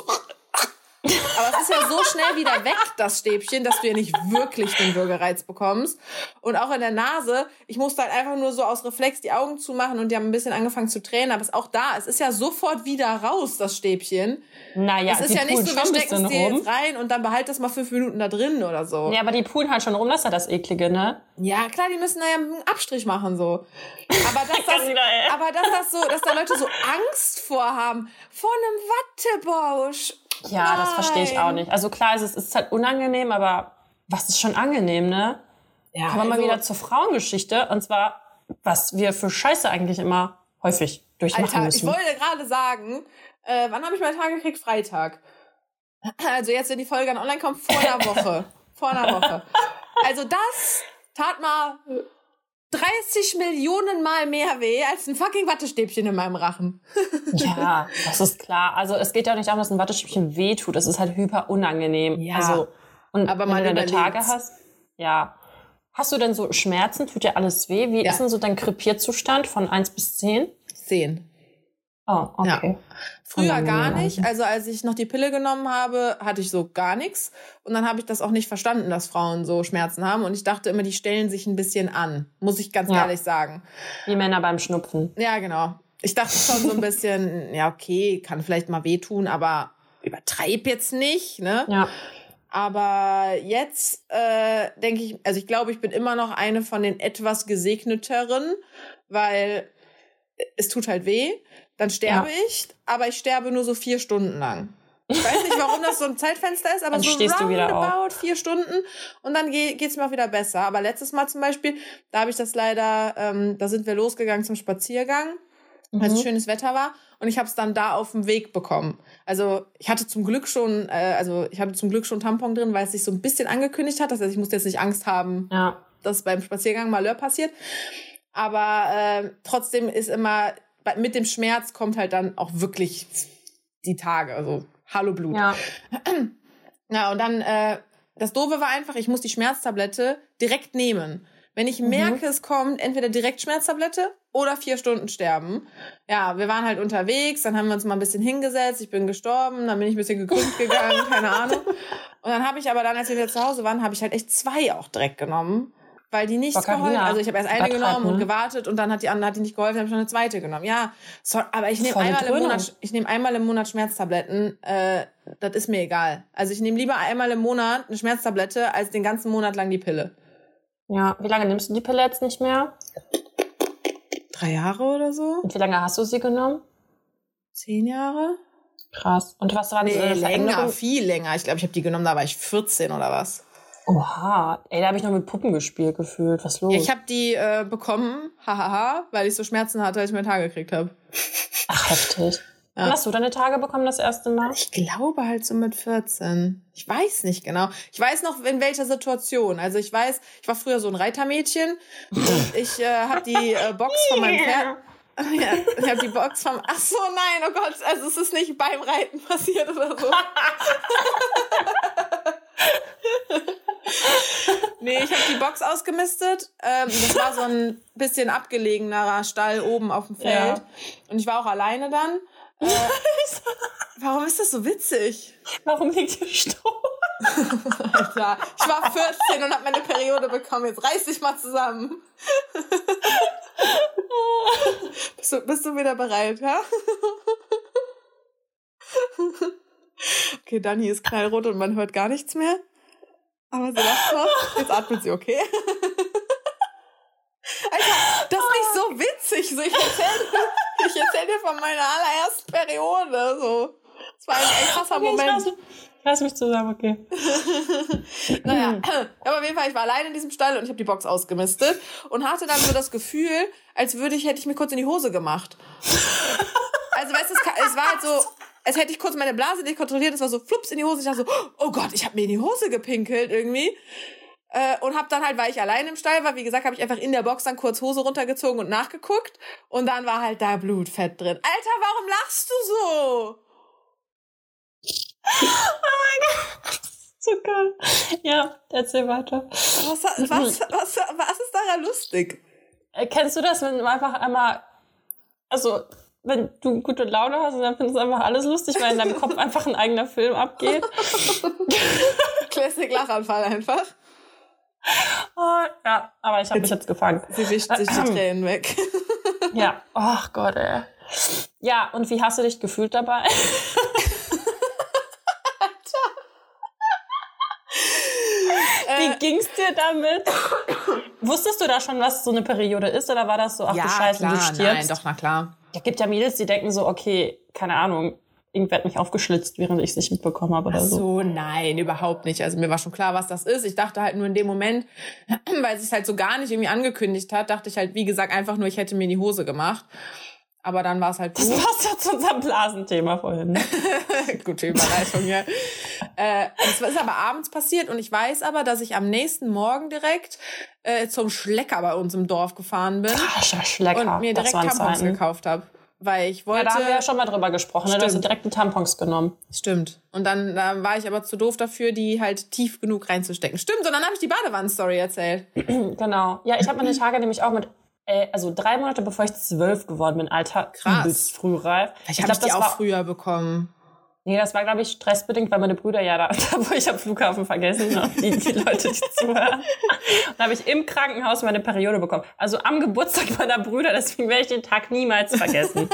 Speaker 2: Aber es ist ja so schnell wieder weg, das Stäbchen, dass du ja nicht wirklich den Würgereiz bekommst. Und auch in der Nase, ich musste halt einfach nur so aus Reflex die Augen zumachen und die haben ein bisschen angefangen zu tränen. Aber es ist auch da, es ist ja sofort wieder raus, das Stäbchen.
Speaker 1: Naja,
Speaker 2: Es ist
Speaker 1: die
Speaker 2: ja nicht
Speaker 1: pulen
Speaker 2: so,
Speaker 1: schon
Speaker 2: wir
Speaker 1: ein
Speaker 2: stecken
Speaker 1: bisschen
Speaker 2: es dir
Speaker 1: rum.
Speaker 2: jetzt rein und dann behalt das mal fünf Minuten da drin oder so.
Speaker 1: Ja, aber die pulen halt schon rum, das ist ja das Eklige, ne?
Speaker 2: Ja, klar, die müssen da ja einen Abstrich machen, so. Aber dass das,
Speaker 1: Carina, ey.
Speaker 2: aber dass das so, dass da Leute so Angst vorhaben, vor einem Wattebausch.
Speaker 1: Ja, das verstehe ich auch nicht. Also klar, es ist, es ist halt unangenehm, aber was ist schon angenehm, ne?
Speaker 2: Ja,
Speaker 1: Kommen wir mal
Speaker 2: also-
Speaker 1: wieder zur Frauengeschichte. Und zwar, was wir für Scheiße eigentlich immer häufig durchmachen
Speaker 2: Alter,
Speaker 1: müssen.
Speaker 2: ich wollte gerade sagen, äh, wann habe ich meinen Tag gekriegt? Freitag. Also jetzt, wenn die Folge dann online kommt, vor einer Woche. vor einer Woche. Also das tat mal dreißig Millionen Mal mehr weh als ein fucking Wattestäbchen in meinem Rachen.
Speaker 1: Ja, das ist klar. Also es geht ja auch nicht darum, dass ein Wattestäbchen wehtut. Es ist halt hyper unangenehm.
Speaker 2: Ja,
Speaker 1: Also, und
Speaker 2: aber
Speaker 1: wenn
Speaker 2: man
Speaker 1: du deine Tage
Speaker 2: überlebt's.
Speaker 1: hast, ja. Hast du denn so Schmerzen? Tut dir alles weh? Wie
Speaker 2: Ja.
Speaker 1: ist denn so dein Krepierzustand von eins bis zehn?
Speaker 2: Zehn.
Speaker 1: Oh, okay.
Speaker 2: Früher
Speaker 1: Unangenehm
Speaker 2: gar
Speaker 1: also.
Speaker 2: nicht. Also als ich noch die Pille genommen habe, hatte ich so gar nichts. Und dann habe ich das auch nicht verstanden, dass Frauen so Schmerzen haben. Und ich dachte immer, die stellen sich ein bisschen an. Muss ich ganz
Speaker 1: Ja.
Speaker 2: ehrlich sagen.
Speaker 1: Wie Männer beim Schnupfen.
Speaker 2: Ja, genau. Ich dachte schon so ein bisschen, ja, okay, kann vielleicht mal wehtun, aber übertreib jetzt nicht, ne?
Speaker 1: Ja.
Speaker 2: Aber jetzt äh, denke ich, also ich glaube, ich bin immer noch eine von den etwas gesegneteren, weil es tut halt weh, dann sterbe
Speaker 1: Ja.
Speaker 2: ich, aber ich sterbe nur so vier Stunden lang. Ich weiß nicht, warum das so ein Zeitfenster ist, aber
Speaker 1: Dann
Speaker 2: so
Speaker 1: stehst du wieder
Speaker 2: roundabout vier Stunden und dann geht es mir auch wieder besser. Aber letztes Mal zum Beispiel, da habe ich das leider, ähm, da sind wir losgegangen zum Spaziergang, als
Speaker 1: Mhm.
Speaker 2: schönes Wetter war und ich habe es dann da auf dem Weg bekommen. Also ich hatte zum Glück schon, äh, also ich hatte zum Glück schon Tampon drin, weil es sich so ein bisschen angekündigt hat. Das heißt, ich musste jetzt nicht Angst haben,
Speaker 1: Ja.
Speaker 2: dass beim Spaziergang Malheur passiert. Aber äh, trotzdem ist immer, bei- mit dem Schmerz kommt halt dann auch wirklich die Tage, also Hallo Blut.
Speaker 1: Ja.
Speaker 2: Ja, und dann, äh, das Doofe war einfach, ich muss die Schmerztablette direkt nehmen. Wenn ich merke, es kommt, entweder direkt Schmerztablette oder vier Stunden sterben. Ja, wir waren halt unterwegs, dann haben wir uns mal ein bisschen hingesetzt, ich bin gestorben, dann bin ich ein bisschen gekrümmt gegangen, keine Ahnung. Und dann habe ich aber dann, als wir wieder zu Hause waren, habe ich halt echt zwei auch direkt genommen, weil die nichts
Speaker 1: Baccarina.
Speaker 2: geholfen. Also ich habe erst eine
Speaker 1: Übertreib,
Speaker 2: genommen und
Speaker 1: ne?
Speaker 2: gewartet und dann hat die andere hat die nicht geholfen, habe ich noch eine zweite genommen. Ja, sorry, aber ich nehme
Speaker 1: Voll die
Speaker 2: einmal im
Speaker 1: Dröhnung.
Speaker 2: Monat, ich nehme einmal im Monat Schmerztabletten. Äh, das ist mir egal. Also ich nehme lieber einmal im Monat eine Schmerztablette als den ganzen Monat lang die Pille.
Speaker 1: Ja. Wie lange nimmst du die Pille jetzt nicht mehr?
Speaker 2: Drei Jahre oder so?
Speaker 1: Und wie lange hast du sie genommen?
Speaker 2: Zehn Jahre?
Speaker 1: Krass. Und was waren so
Speaker 2: Nee, länger,
Speaker 1: Veränderungen?
Speaker 2: viel länger. Ich glaube, ich habe die genommen, da war ich vierzehn oder was.
Speaker 1: Oha. Ey, da habe ich noch mit Puppen gespielt gefühlt. Was los?
Speaker 2: Ja, ich habe die äh, bekommen, hahaha, weil ich so Schmerzen hatte, als ich meinen Tag gekriegt habe.
Speaker 1: Ach, heftig.
Speaker 2: Ja.
Speaker 1: Wann hast du deine Tage bekommen das erste Mal?
Speaker 2: Ich glaube halt so mit vierzehn. Ich weiß nicht genau. Ich weiß noch, in welcher Situation. Also ich weiß, ich war früher so ein Reitermädchen und ich äh, habe die äh, Box von meinem Pferd... Ja, ich habe die Box vom... Ach so, nein, oh Gott. Also es ist nicht beim Reiten passiert oder so. Nee, ich habe die Box ausgemistet. Ähm, das war so ein bisschen abgelegenerer Stall oben auf dem Feld.
Speaker 1: Ja.
Speaker 2: Und ich war auch alleine dann. Äh, warum ist das so witzig?
Speaker 1: Warum liegt hier Stroh?
Speaker 2: Alter, ich war vierzehn und habe meine Periode bekommen. Jetzt reiß dich mal zusammen. bist, du, bist du wieder bereit, ja? Okay, Dani ist knallrot und man hört gar nichts mehr. Aber sie lacht noch. Jetzt atmet sie, okay? Alter, das ist nicht so witzig. So, ich erzähl dir, ich erzähl dir von meiner allerersten Periode. So. Das war ein echt krasser
Speaker 1: okay,
Speaker 2: Moment.
Speaker 1: Ich lass, ich lass mich zusammen, okay.
Speaker 2: Naja, aber auf jeden Fall, ich war allein in diesem Stall und ich habe die Box ausgemistet und hatte dann so das Gefühl, als würde ich, hätte ich mir kurz in die Hose gemacht. Also, weißt du, es, es war halt so, als hätte ich kurz meine Blase nicht kontrolliert, es war so flups in die Hose. Ich dachte so, oh Gott, ich habe mir in die Hose gepinkelt irgendwie. Äh, und hab dann halt, weil ich allein im Stall war, wie gesagt, habe ich einfach in der Box dann kurz Hose runtergezogen und nachgeguckt. Und dann war halt da Blutfett drin. Alter, warum lachst du so?
Speaker 1: Oh mein Gott. So geil. Ja, erzähl weiter.
Speaker 2: Was, was, was, was, was ist daran lustig?
Speaker 1: Kennst du das, wenn du einfach einmal, also wenn du gute Laune hast und dann findest du einfach alles lustig, weil in deinem Kopf einfach ein eigener Film abgeht?
Speaker 2: Classic Lachanfall einfach.
Speaker 1: Oh, ja, aber ich habe mich jetzt gefangen.
Speaker 2: Sie wischt sich die Tränen weg.
Speaker 1: Ja, ach Gott, ey. Ja, und wie hast du dich gefühlt dabei? Wie ging's dir damit? Wusstest du da schon, was so eine Periode ist? Oder war das so, ach
Speaker 2: ja,
Speaker 1: du Scheiße,
Speaker 2: klar,
Speaker 1: du stirbst?
Speaker 2: Nein, doch, na klar.
Speaker 1: Es gibt ja Mädels, die denken so, okay, keine Ahnung, irgendwer hat mich aufgeschlitzt, während ich es nicht mitbekommen habe oder
Speaker 2: ach so.
Speaker 1: so.
Speaker 2: Nein, überhaupt nicht. Also mir war schon klar, was das ist. Ich dachte halt nur in dem Moment, weil es sich halt so gar nicht irgendwie angekündigt hat, dachte ich halt, wie gesagt, einfach nur, ich hätte mir in die Hose gemacht. Aber dann war es halt gut.
Speaker 1: Das passt ja zu unserem Blasenthema vorhin. Ne?
Speaker 2: Gute Überleitung, ja. äh, das ist aber abends passiert und ich weiß aber, dass ich am nächsten Morgen direkt äh, zum Schlecker bei uns im Dorf gefahren bin.
Speaker 1: Ach, Schlecker.
Speaker 2: Und mir direkt Tampons Zeiten. gekauft habe. Weil ich wollte...
Speaker 1: Ja, da haben wir ja schon mal drüber gesprochen. Ne? Du hast ja direkt die Tampons genommen.
Speaker 2: Stimmt. Und dann da war ich aber zu doof dafür, die halt tief genug reinzustecken. Stimmt, und dann habe ich die Badewannen-Story erzählt.
Speaker 1: Genau. Ja, ich habe meine Tage nämlich auch mit... Also drei Monate bevor ich zwölf geworden bin, Alter, übelst frühreif.
Speaker 2: Ich habe die auch war, früher bekommen.
Speaker 1: Nee, das war, glaube ich, stressbedingt, weil meine Brüder ja da, da wo ich am Flughafen vergessen, ne? die, die Leute, die zuhören. Und da habe ich im Krankenhaus meine Periode bekommen. Also am Geburtstag meiner Brüder, deswegen werde ich den Tag niemals vergessen.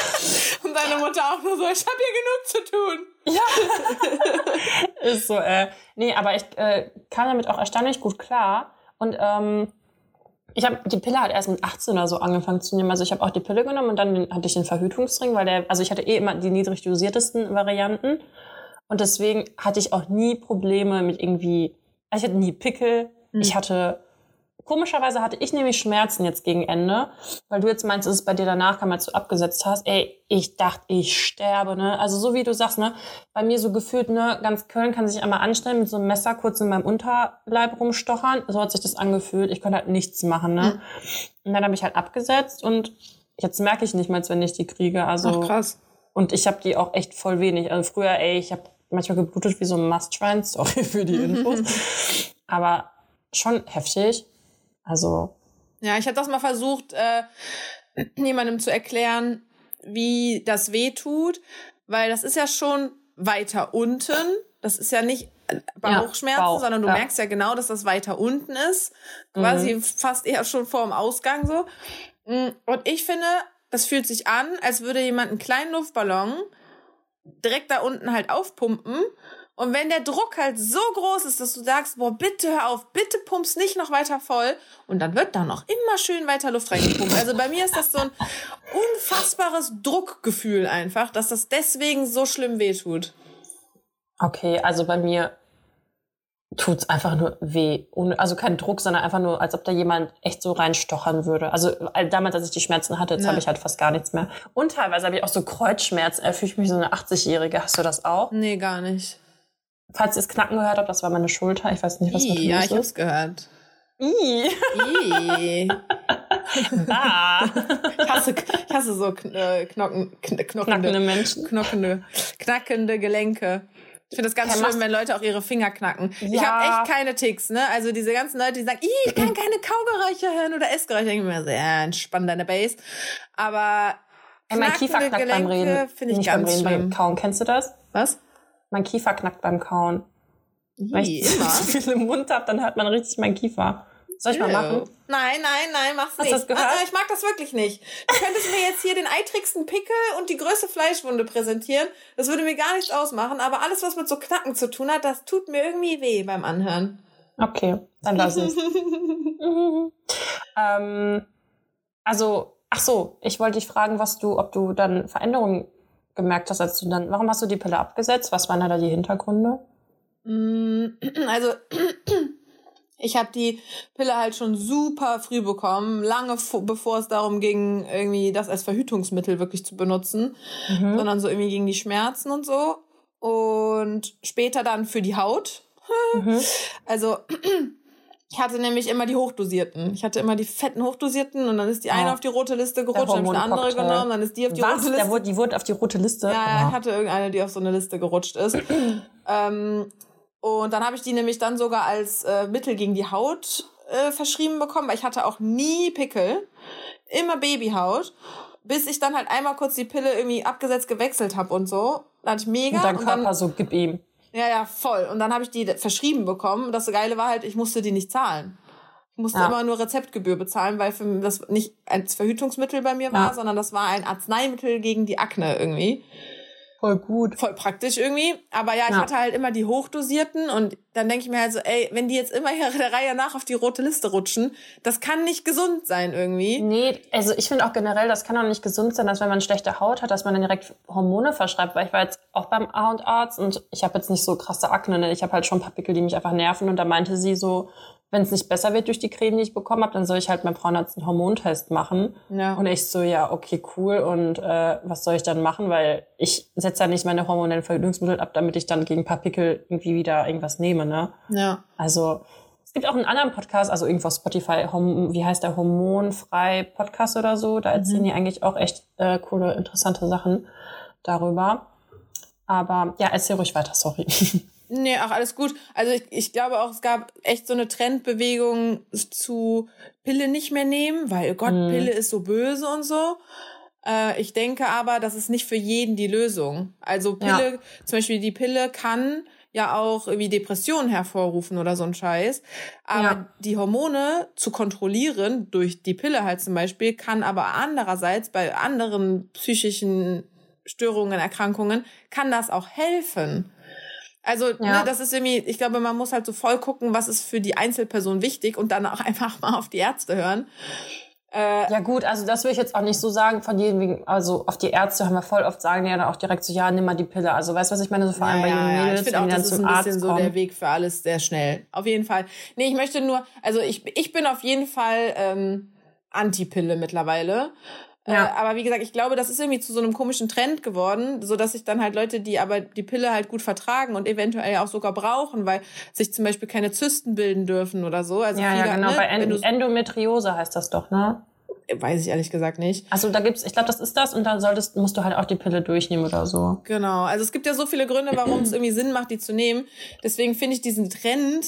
Speaker 2: Und deine Mutter auch nur so, ich habe hier genug zu tun.
Speaker 1: Ja. Ist so, äh. Nee, aber ich äh, kam damit auch erstaunlich gut klar. Und, ähm, ich habe die Pille halt erst mit achtzehn oder so angefangen zu nehmen. Also ich habe auch die Pille genommen und dann hatte ich den Verhütungsring, weil der, also ich hatte eh immer die niedrig dosiertesten Varianten. Und deswegen hatte ich auch nie Probleme mit irgendwie, also ich hatte nie Pickel. Mhm. Ich hatte, komischerweise hatte ich nämlich Schmerzen jetzt gegen Ende, weil du jetzt meinst, dass es bei dir danach kam, als du abgesetzt hast. Ey, ich dachte, ich sterbe, ne? Also so wie du sagst, ne? Bei mir so gefühlt, ne? Ganz Köln kann sich einmal anstellen, mit so einem Messer kurz in meinem Unterleib rumstochern. So hat sich das angefühlt. Ich konnte halt nichts machen, ne? Mhm. Und dann habe ich halt abgesetzt und jetzt merke ich nicht mal, wenn ich die kriege. Also,
Speaker 2: ach, krass.
Speaker 1: Und ich habe die auch echt voll wenig. Also früher, ey, ich habe manchmal geblutet wie so ein Mastschwein. Sorry für die Infos. Aber schon heftig. Also.
Speaker 2: Ja, ich habe das mal versucht, äh, jemandem zu erklären, wie das weh tut, weil das ist ja schon weiter unten. Das ist ja nicht Bauchschmerzen, ja, Bauch, sondern du ja. merkst ja genau, dass das weiter unten ist. Quasi mhm. fast eher schon vor dem Ausgang so. Und ich finde, das fühlt sich an, als würde jemand einen kleinen Luftballon direkt da unten halt aufpumpen. Und wenn der Druck halt so groß ist, dass du sagst, boah, bitte hör auf, bitte pumpst nicht noch weiter voll. Und dann wird da noch immer schön weiter Luft reingepumpt. Also bei mir ist das so ein unfassbares Druckgefühl einfach, dass das deswegen so schlimm wehtut.
Speaker 1: Okay, also bei mir tut's einfach nur weh. Also kein Druck, sondern einfach nur, als ob da jemand echt so reinstochern würde. Also damals, als ich die Schmerzen hatte, jetzt ja. habe ich halt fast gar nichts mehr. Und teilweise habe ich auch so Kreuzschmerzen. Da fühle ich mich wie so eine achtzigjährige. Hast du das auch?
Speaker 2: Nee, gar nicht.
Speaker 1: Falls ihr das Knacken gehört habt, das war meine Schulter. Ich weiß nicht, was mit
Speaker 2: I, Ja, ich hab's gehört.
Speaker 1: I.
Speaker 2: I.
Speaker 1: Ah.
Speaker 2: Ich hasse, ich hasse so äh, Knochen, kn- knockende,
Speaker 1: knackende Menschen.
Speaker 2: Knockende, knackende Gelenke. Ich finde das ganz ja, schlimm, wenn Leute auch ihre Finger knacken. Ja. Ich habe echt keine Ticks, ne? Also diese ganzen Leute, die sagen, ich kann keine Kaugeräusche hören oder Essgeräusche. Ich denke mir so, ja, entspann deine Base. Aber
Speaker 1: hey, mein Kiefer knackt Gelenke beim Reden.
Speaker 2: Finde ich
Speaker 1: Nicht
Speaker 2: ganz
Speaker 1: beim Reden,
Speaker 2: schlimm.
Speaker 1: Beim Kauen. Kennst du das?
Speaker 2: Was?
Speaker 1: Mein Kiefer knackt beim Kauen.
Speaker 2: I,
Speaker 1: Wenn ich
Speaker 2: immer.
Speaker 1: zu viel im Mund habe, dann hört man richtig meinen Kiefer. Soll ich mal machen?
Speaker 2: Nein, nein, nein, mach's
Speaker 1: Hast
Speaker 2: nicht.
Speaker 1: du das gehört?
Speaker 2: Ich mag das wirklich nicht. Du könntest mir jetzt hier den eitrigsten Pickel und die größte Fleischwunde präsentieren. Das würde mir gar nichts ausmachen. Aber alles, was mit so Knacken zu tun hat, das tut mir irgendwie weh beim Anhören.
Speaker 1: Okay, dann lass ich's. ähm, also, ach so, ich wollte dich fragen, was du, ob du dann Veränderungen gemerkt hast, als du dann, warum hast du die Pille abgesetzt? Was waren da die Hintergründe?
Speaker 2: Also, ich habe die Pille halt schon super früh bekommen, lange f- bevor es darum ging, irgendwie das als Verhütungsmittel wirklich zu benutzen, mhm. sondern so irgendwie gegen die Schmerzen und so. Und später dann für die Haut. Mhm. Also, ich hatte nämlich immer die hochdosierten. Ich hatte immer die fetten hochdosierten und dann ist die eine oh. auf die rote Liste gerutscht, dann habe ich eine andere genommen, dann ist die auf die
Speaker 1: Was?
Speaker 2: rote Liste.
Speaker 1: Der wurde, die wurde auf die rote Liste?
Speaker 2: Ja, ja, ich hatte irgendeine, die auf so eine Liste gerutscht ist. ähm, und dann habe ich die nämlich dann sogar als äh, Mittel gegen die Haut äh, verschrieben bekommen, weil ich hatte auch nie Pickel, immer Babyhaut, bis ich dann halt einmal kurz die Pille irgendwie abgesetzt gewechselt habe und so. Dann hatte ich mega.
Speaker 1: Und dein Körper
Speaker 2: und dann,
Speaker 1: so, gib ihm.
Speaker 2: Ja, ja, voll. Und dann habe ich die verschrieben bekommen. Und das Geile war halt, ich musste die nicht zahlen. Ich musste ja. immer nur Rezeptgebühr bezahlen, weil für das nicht als Verhütungsmittel bei mir war, ja. sondern das war ein Arzneimittel gegen die Akne irgendwie.
Speaker 1: Voll gut.
Speaker 2: Voll praktisch irgendwie. Aber ja, ich ja. hatte halt immer die hochdosierten und dann denke ich mir halt so, ey, wenn die jetzt immer hier der Reihe nach auf die rote Liste rutschen, das kann nicht gesund sein irgendwie.
Speaker 1: Nee, also ich finde auch generell, das kann auch nicht gesund sein, dass wenn man schlechte Haut hat, dass man dann direkt Hormone verschreibt, weil ich war jetzt auch beim A und Arzt und ich habe jetzt nicht so krasse Akne, ne? Ich habe halt schon ein paar Pickel, die mich einfach nerven und da meinte sie so, wenn es nicht besser wird durch die Creme, die ich bekommen habe, dann soll ich halt meinem Frauenarzt einen Hormontest machen. Ja. Und ich so, ja, okay, cool. Und äh, was soll ich dann machen? Weil ich setze ja nicht meine hormonellen Verhütungsmittel ab, damit ich dann gegen ein paar Pickel irgendwie wieder irgendwas nehme, ne?
Speaker 2: Ja.
Speaker 1: Also es gibt auch einen anderen Podcast, also irgendwo auf Spotify, Hom- wie heißt der, Hormonfrei Podcast oder so. Da erzählen mhm. die eigentlich auch echt äh, coole, interessante Sachen darüber. Aber ja, erzähl ruhig weiter, sorry.
Speaker 2: Nee, ach, alles gut. Also ich, ich glaube auch, es gab echt so eine Trendbewegung zu Pille nicht mehr nehmen, weil, oh Gott, mm. Pille ist so böse und so. Äh, ich denke aber, das ist nicht für jeden die Lösung. Also Pille, ja. zum Beispiel die Pille kann ja auch irgendwie Depressionen hervorrufen oder so ein Scheiß. Aber ja. die Hormone zu kontrollieren, durch die Pille halt zum Beispiel, kann aber andererseits bei anderen psychischen Störungen, Erkrankungen, kann das auch helfen. Also, ja. ne, das ist irgendwie, ich glaube, man muss halt so voll gucken, was ist für die Einzelperson wichtig und dann auch einfach mal auf die Ärzte hören.
Speaker 1: Äh, ja gut, also das will ich jetzt auch nicht so sagen von jedem, also auf die Ärzte haben wir voll oft sagen die ja dann auch direkt so, ja, nimm mal die Pille. Also weißt du, was ich meine? So vor allem ja, bei jungen ja, Mädels,
Speaker 2: ich finde auch, das ist ein Arzt bisschen kommen. So der Weg für alles sehr schnell. Auf jeden Fall. Nee, ich möchte nur, also ich, ich bin auf jeden Fall ähm, Anti-Pille mittlerweile. Ja. Äh, aber wie gesagt, ich glaube, das ist irgendwie zu so einem komischen Trend geworden, so dass sich dann halt Leute, die aber die Pille halt gut vertragen und eventuell auch sogar brauchen, weil sich zum Beispiel keine Zysten bilden dürfen oder so. Also
Speaker 1: ja,
Speaker 2: viele,
Speaker 1: ja, genau.
Speaker 2: Ne,
Speaker 1: bei End- Endometriose heißt das doch, ne?
Speaker 2: Weiß ich ehrlich gesagt nicht.
Speaker 1: Also da gibt's, ich glaube, das ist das und dann solltest, musst du halt auch die Pille durchnehmen oder so.
Speaker 2: Genau. Also es gibt ja so viele Gründe, warum es irgendwie Sinn macht, die zu nehmen. Deswegen finde ich diesen Trend,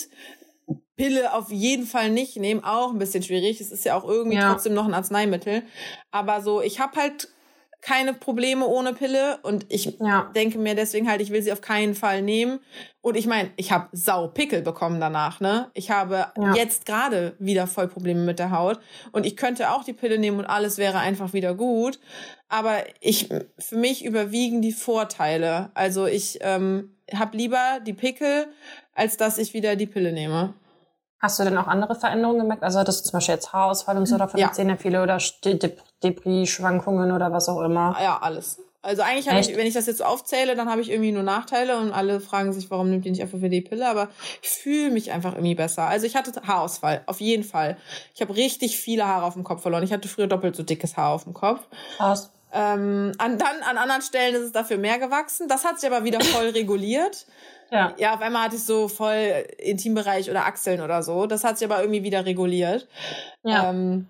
Speaker 2: Pille auf jeden Fall nicht nehmen, auch ein bisschen schwierig. Es ist ja auch irgendwie ja. trotzdem noch ein Arzneimittel. Aber so, ich habe halt keine Probleme ohne Pille und ich ja. denke mir deswegen halt, ich will sie auf keinen Fall nehmen. Und ich meine, ich habe Sau-Pickel bekommen danach, ne? Ich habe ja. jetzt gerade wieder voll Probleme mit der Haut und ich könnte auch die Pille nehmen und alles wäre einfach wieder gut. Aber ich, für mich überwiegen die Vorteile. Also ich ähm, habe lieber die Pickel, als dass ich wieder die Pille nehme.
Speaker 1: Hast du denn auch andere Veränderungen gemerkt? Also hattest du zum Beispiel jetzt Haarausfall und so oder von ja. den Zähnen viele oder De- Depri-Schwankungen oder was auch immer?
Speaker 2: Ja, alles. Also eigentlich habe ich, wenn ich das jetzt so aufzähle, dann habe ich irgendwie nur Nachteile und alle fragen sich, warum nimmt ihr nicht einfach wieder die Pille? Aber ich fühle mich einfach irgendwie besser. Also ich hatte Haarausfall, auf jeden Fall. Ich habe richtig viele Haare auf dem Kopf verloren. Ich hatte früher doppelt so dickes Haar auf dem Kopf.
Speaker 1: Krass.
Speaker 2: Ähm, an, dann an anderen Stellen ist es dafür mehr gewachsen. Das hat sich aber wieder voll reguliert. Ja. ja, auf einmal hatte ich so voll Intimbereich oder Achseln oder so. Das hat sich aber irgendwie wieder reguliert. Ja. Ähm,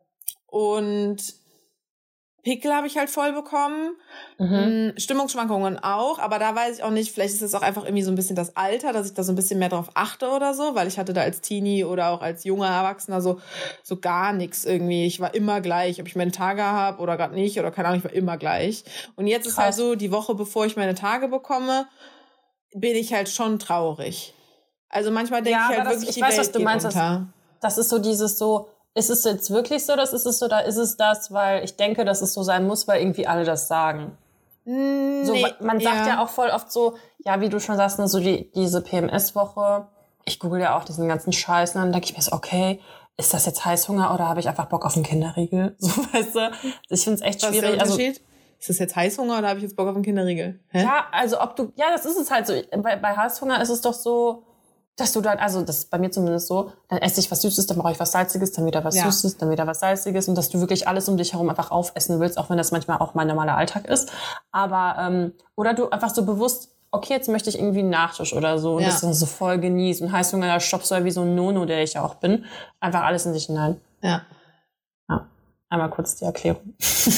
Speaker 2: und Pickel habe ich halt voll bekommen. Mhm. Stimmungsschwankungen auch. Aber da weiß ich auch nicht, vielleicht ist es auch einfach irgendwie so ein bisschen das Alter, dass ich da so ein bisschen mehr drauf achte oder so. Weil ich hatte da als Teenie oder auch als junger Erwachsener so, so gar nichts irgendwie. Ich war immer gleich, ob ich meine Tage habe oder gerade nicht. Oder keine Ahnung, ich war immer gleich. Und jetzt Krass. Ist halt so, die Woche bevor ich meine Tage bekomme, bin ich halt schon traurig. Also manchmal denke ja, ich halt
Speaker 1: das,
Speaker 2: wirklich,
Speaker 1: ich
Speaker 2: die
Speaker 1: weiß,
Speaker 2: Welt
Speaker 1: was du
Speaker 2: geht
Speaker 1: meinst,
Speaker 2: unter.
Speaker 1: das ist so dieses so, ist es jetzt wirklich so, das ist es so, oder ist es das, weil ich denke, dass es so sein muss, weil irgendwie alle das sagen?
Speaker 2: Nee,
Speaker 1: So, man sagt ja. ja auch voll oft so, ja, wie du schon sagst, ne, so die, diese P M S-Woche, ich google ja auch diesen ganzen Scheiß, und dann denke ich mir so, okay, ist das jetzt Heißhunger oder habe ich einfach Bock auf einen Kinderriegel? So, weißt du, ich finde es echt schwierig.
Speaker 2: Was ist der Unterschied? Also, ist das jetzt Heißhunger oder habe ich jetzt Bock auf einen Kinderriegel? Hä?
Speaker 1: Ja, also ob du, ja, das ist es halt so. Bei, bei Heißhunger ist es doch so, dass du dann, also das ist bei mir zumindest so, dann esse ich was Süßes, dann brauche ich was Salziges, dann wieder was ja. Süßes, dann wieder was Salziges und dass du wirklich alles um dich herum einfach aufessen willst, auch wenn das manchmal auch mein normaler Alltag ist. Aber, ähm, oder du einfach so bewusst, okay, jetzt möchte ich irgendwie einen Nachtisch oder so und ja. das dann so voll genießt und Heißhunger, da stoppst du ja wie so ein Nono, der ich ja auch bin, einfach alles in dich hinein.
Speaker 2: Ja.
Speaker 1: Ja. Einmal kurz die Erklärung.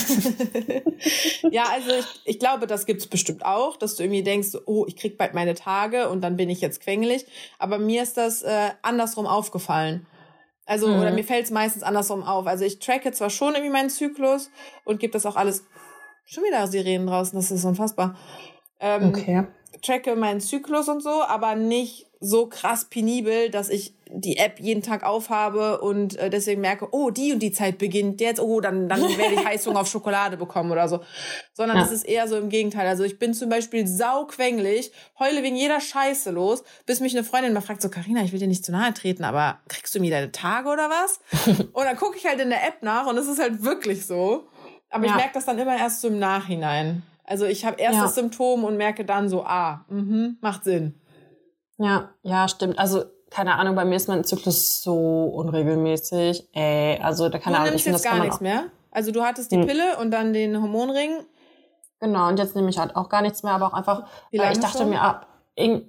Speaker 2: Ja, also ich, ich glaube, das gibt's bestimmt auch, dass du irgendwie denkst, oh, ich krieg bald meine Tage und dann bin ich jetzt quengelig. Aber mir ist das äh, andersrum aufgefallen. Also, mhm. oder mir fällt's meistens andersrum auf. Also ich tracke zwar schon irgendwie meinen Zyklus und gebe das auch alles, schon wieder Sirenen draußen, das ist unfassbar. Ähm,
Speaker 1: okay.
Speaker 2: Tracke meinen Zyklus und so, aber nicht so krass penibel, dass ich die App jeden Tag aufhabe und äh, deswegen merke, oh, die und die Zeit beginnt jetzt, oh, dann, dann werde ich Heißhunger auf Schokolade bekommen oder so. Sondern es ja. ist eher so im Gegenteil. Also ich bin zum Beispiel sauquengelig, heule wegen jeder Scheiße los, bis mich eine Freundin mal fragt, so, Carina, ich will dir nicht zu nahe treten, aber kriegst du mir deine Tage oder was? Und dann gucke ich halt in der App nach und es ist halt wirklich so. Aber ja. ich merke das dann immer erst so im Nachhinein. Also ich habe erst ja. das Symptom und merke dann so, ah, mhm, macht Sinn.
Speaker 1: Ja, ja, stimmt. Also, keine Ahnung, bei mir ist mein Zyklus so unregelmäßig. Ey, also, da keine
Speaker 2: Ahnung.
Speaker 1: Du
Speaker 2: nimmst jetzt gar nichts mehr? Also, du hattest die hm. Pille und dann den Hormonring?
Speaker 1: Genau, und jetzt nehme ich halt auch gar nichts mehr, aber auch einfach,
Speaker 2: Wie
Speaker 1: weil
Speaker 2: lange
Speaker 1: ich dachte
Speaker 2: schon?
Speaker 1: mir, ab in,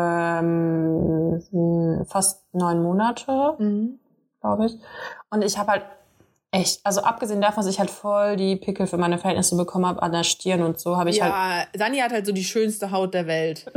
Speaker 1: ähm, fast neun Monate,
Speaker 2: mhm.
Speaker 1: glaube ich. Und ich habe halt echt, also abgesehen davon, dass ich halt voll die Pickel für meine Verhältnisse bekommen habe an der Stirn und so, habe ich
Speaker 2: ja,
Speaker 1: halt...
Speaker 2: Ja, Dani hat halt so die schönste Haut der Welt.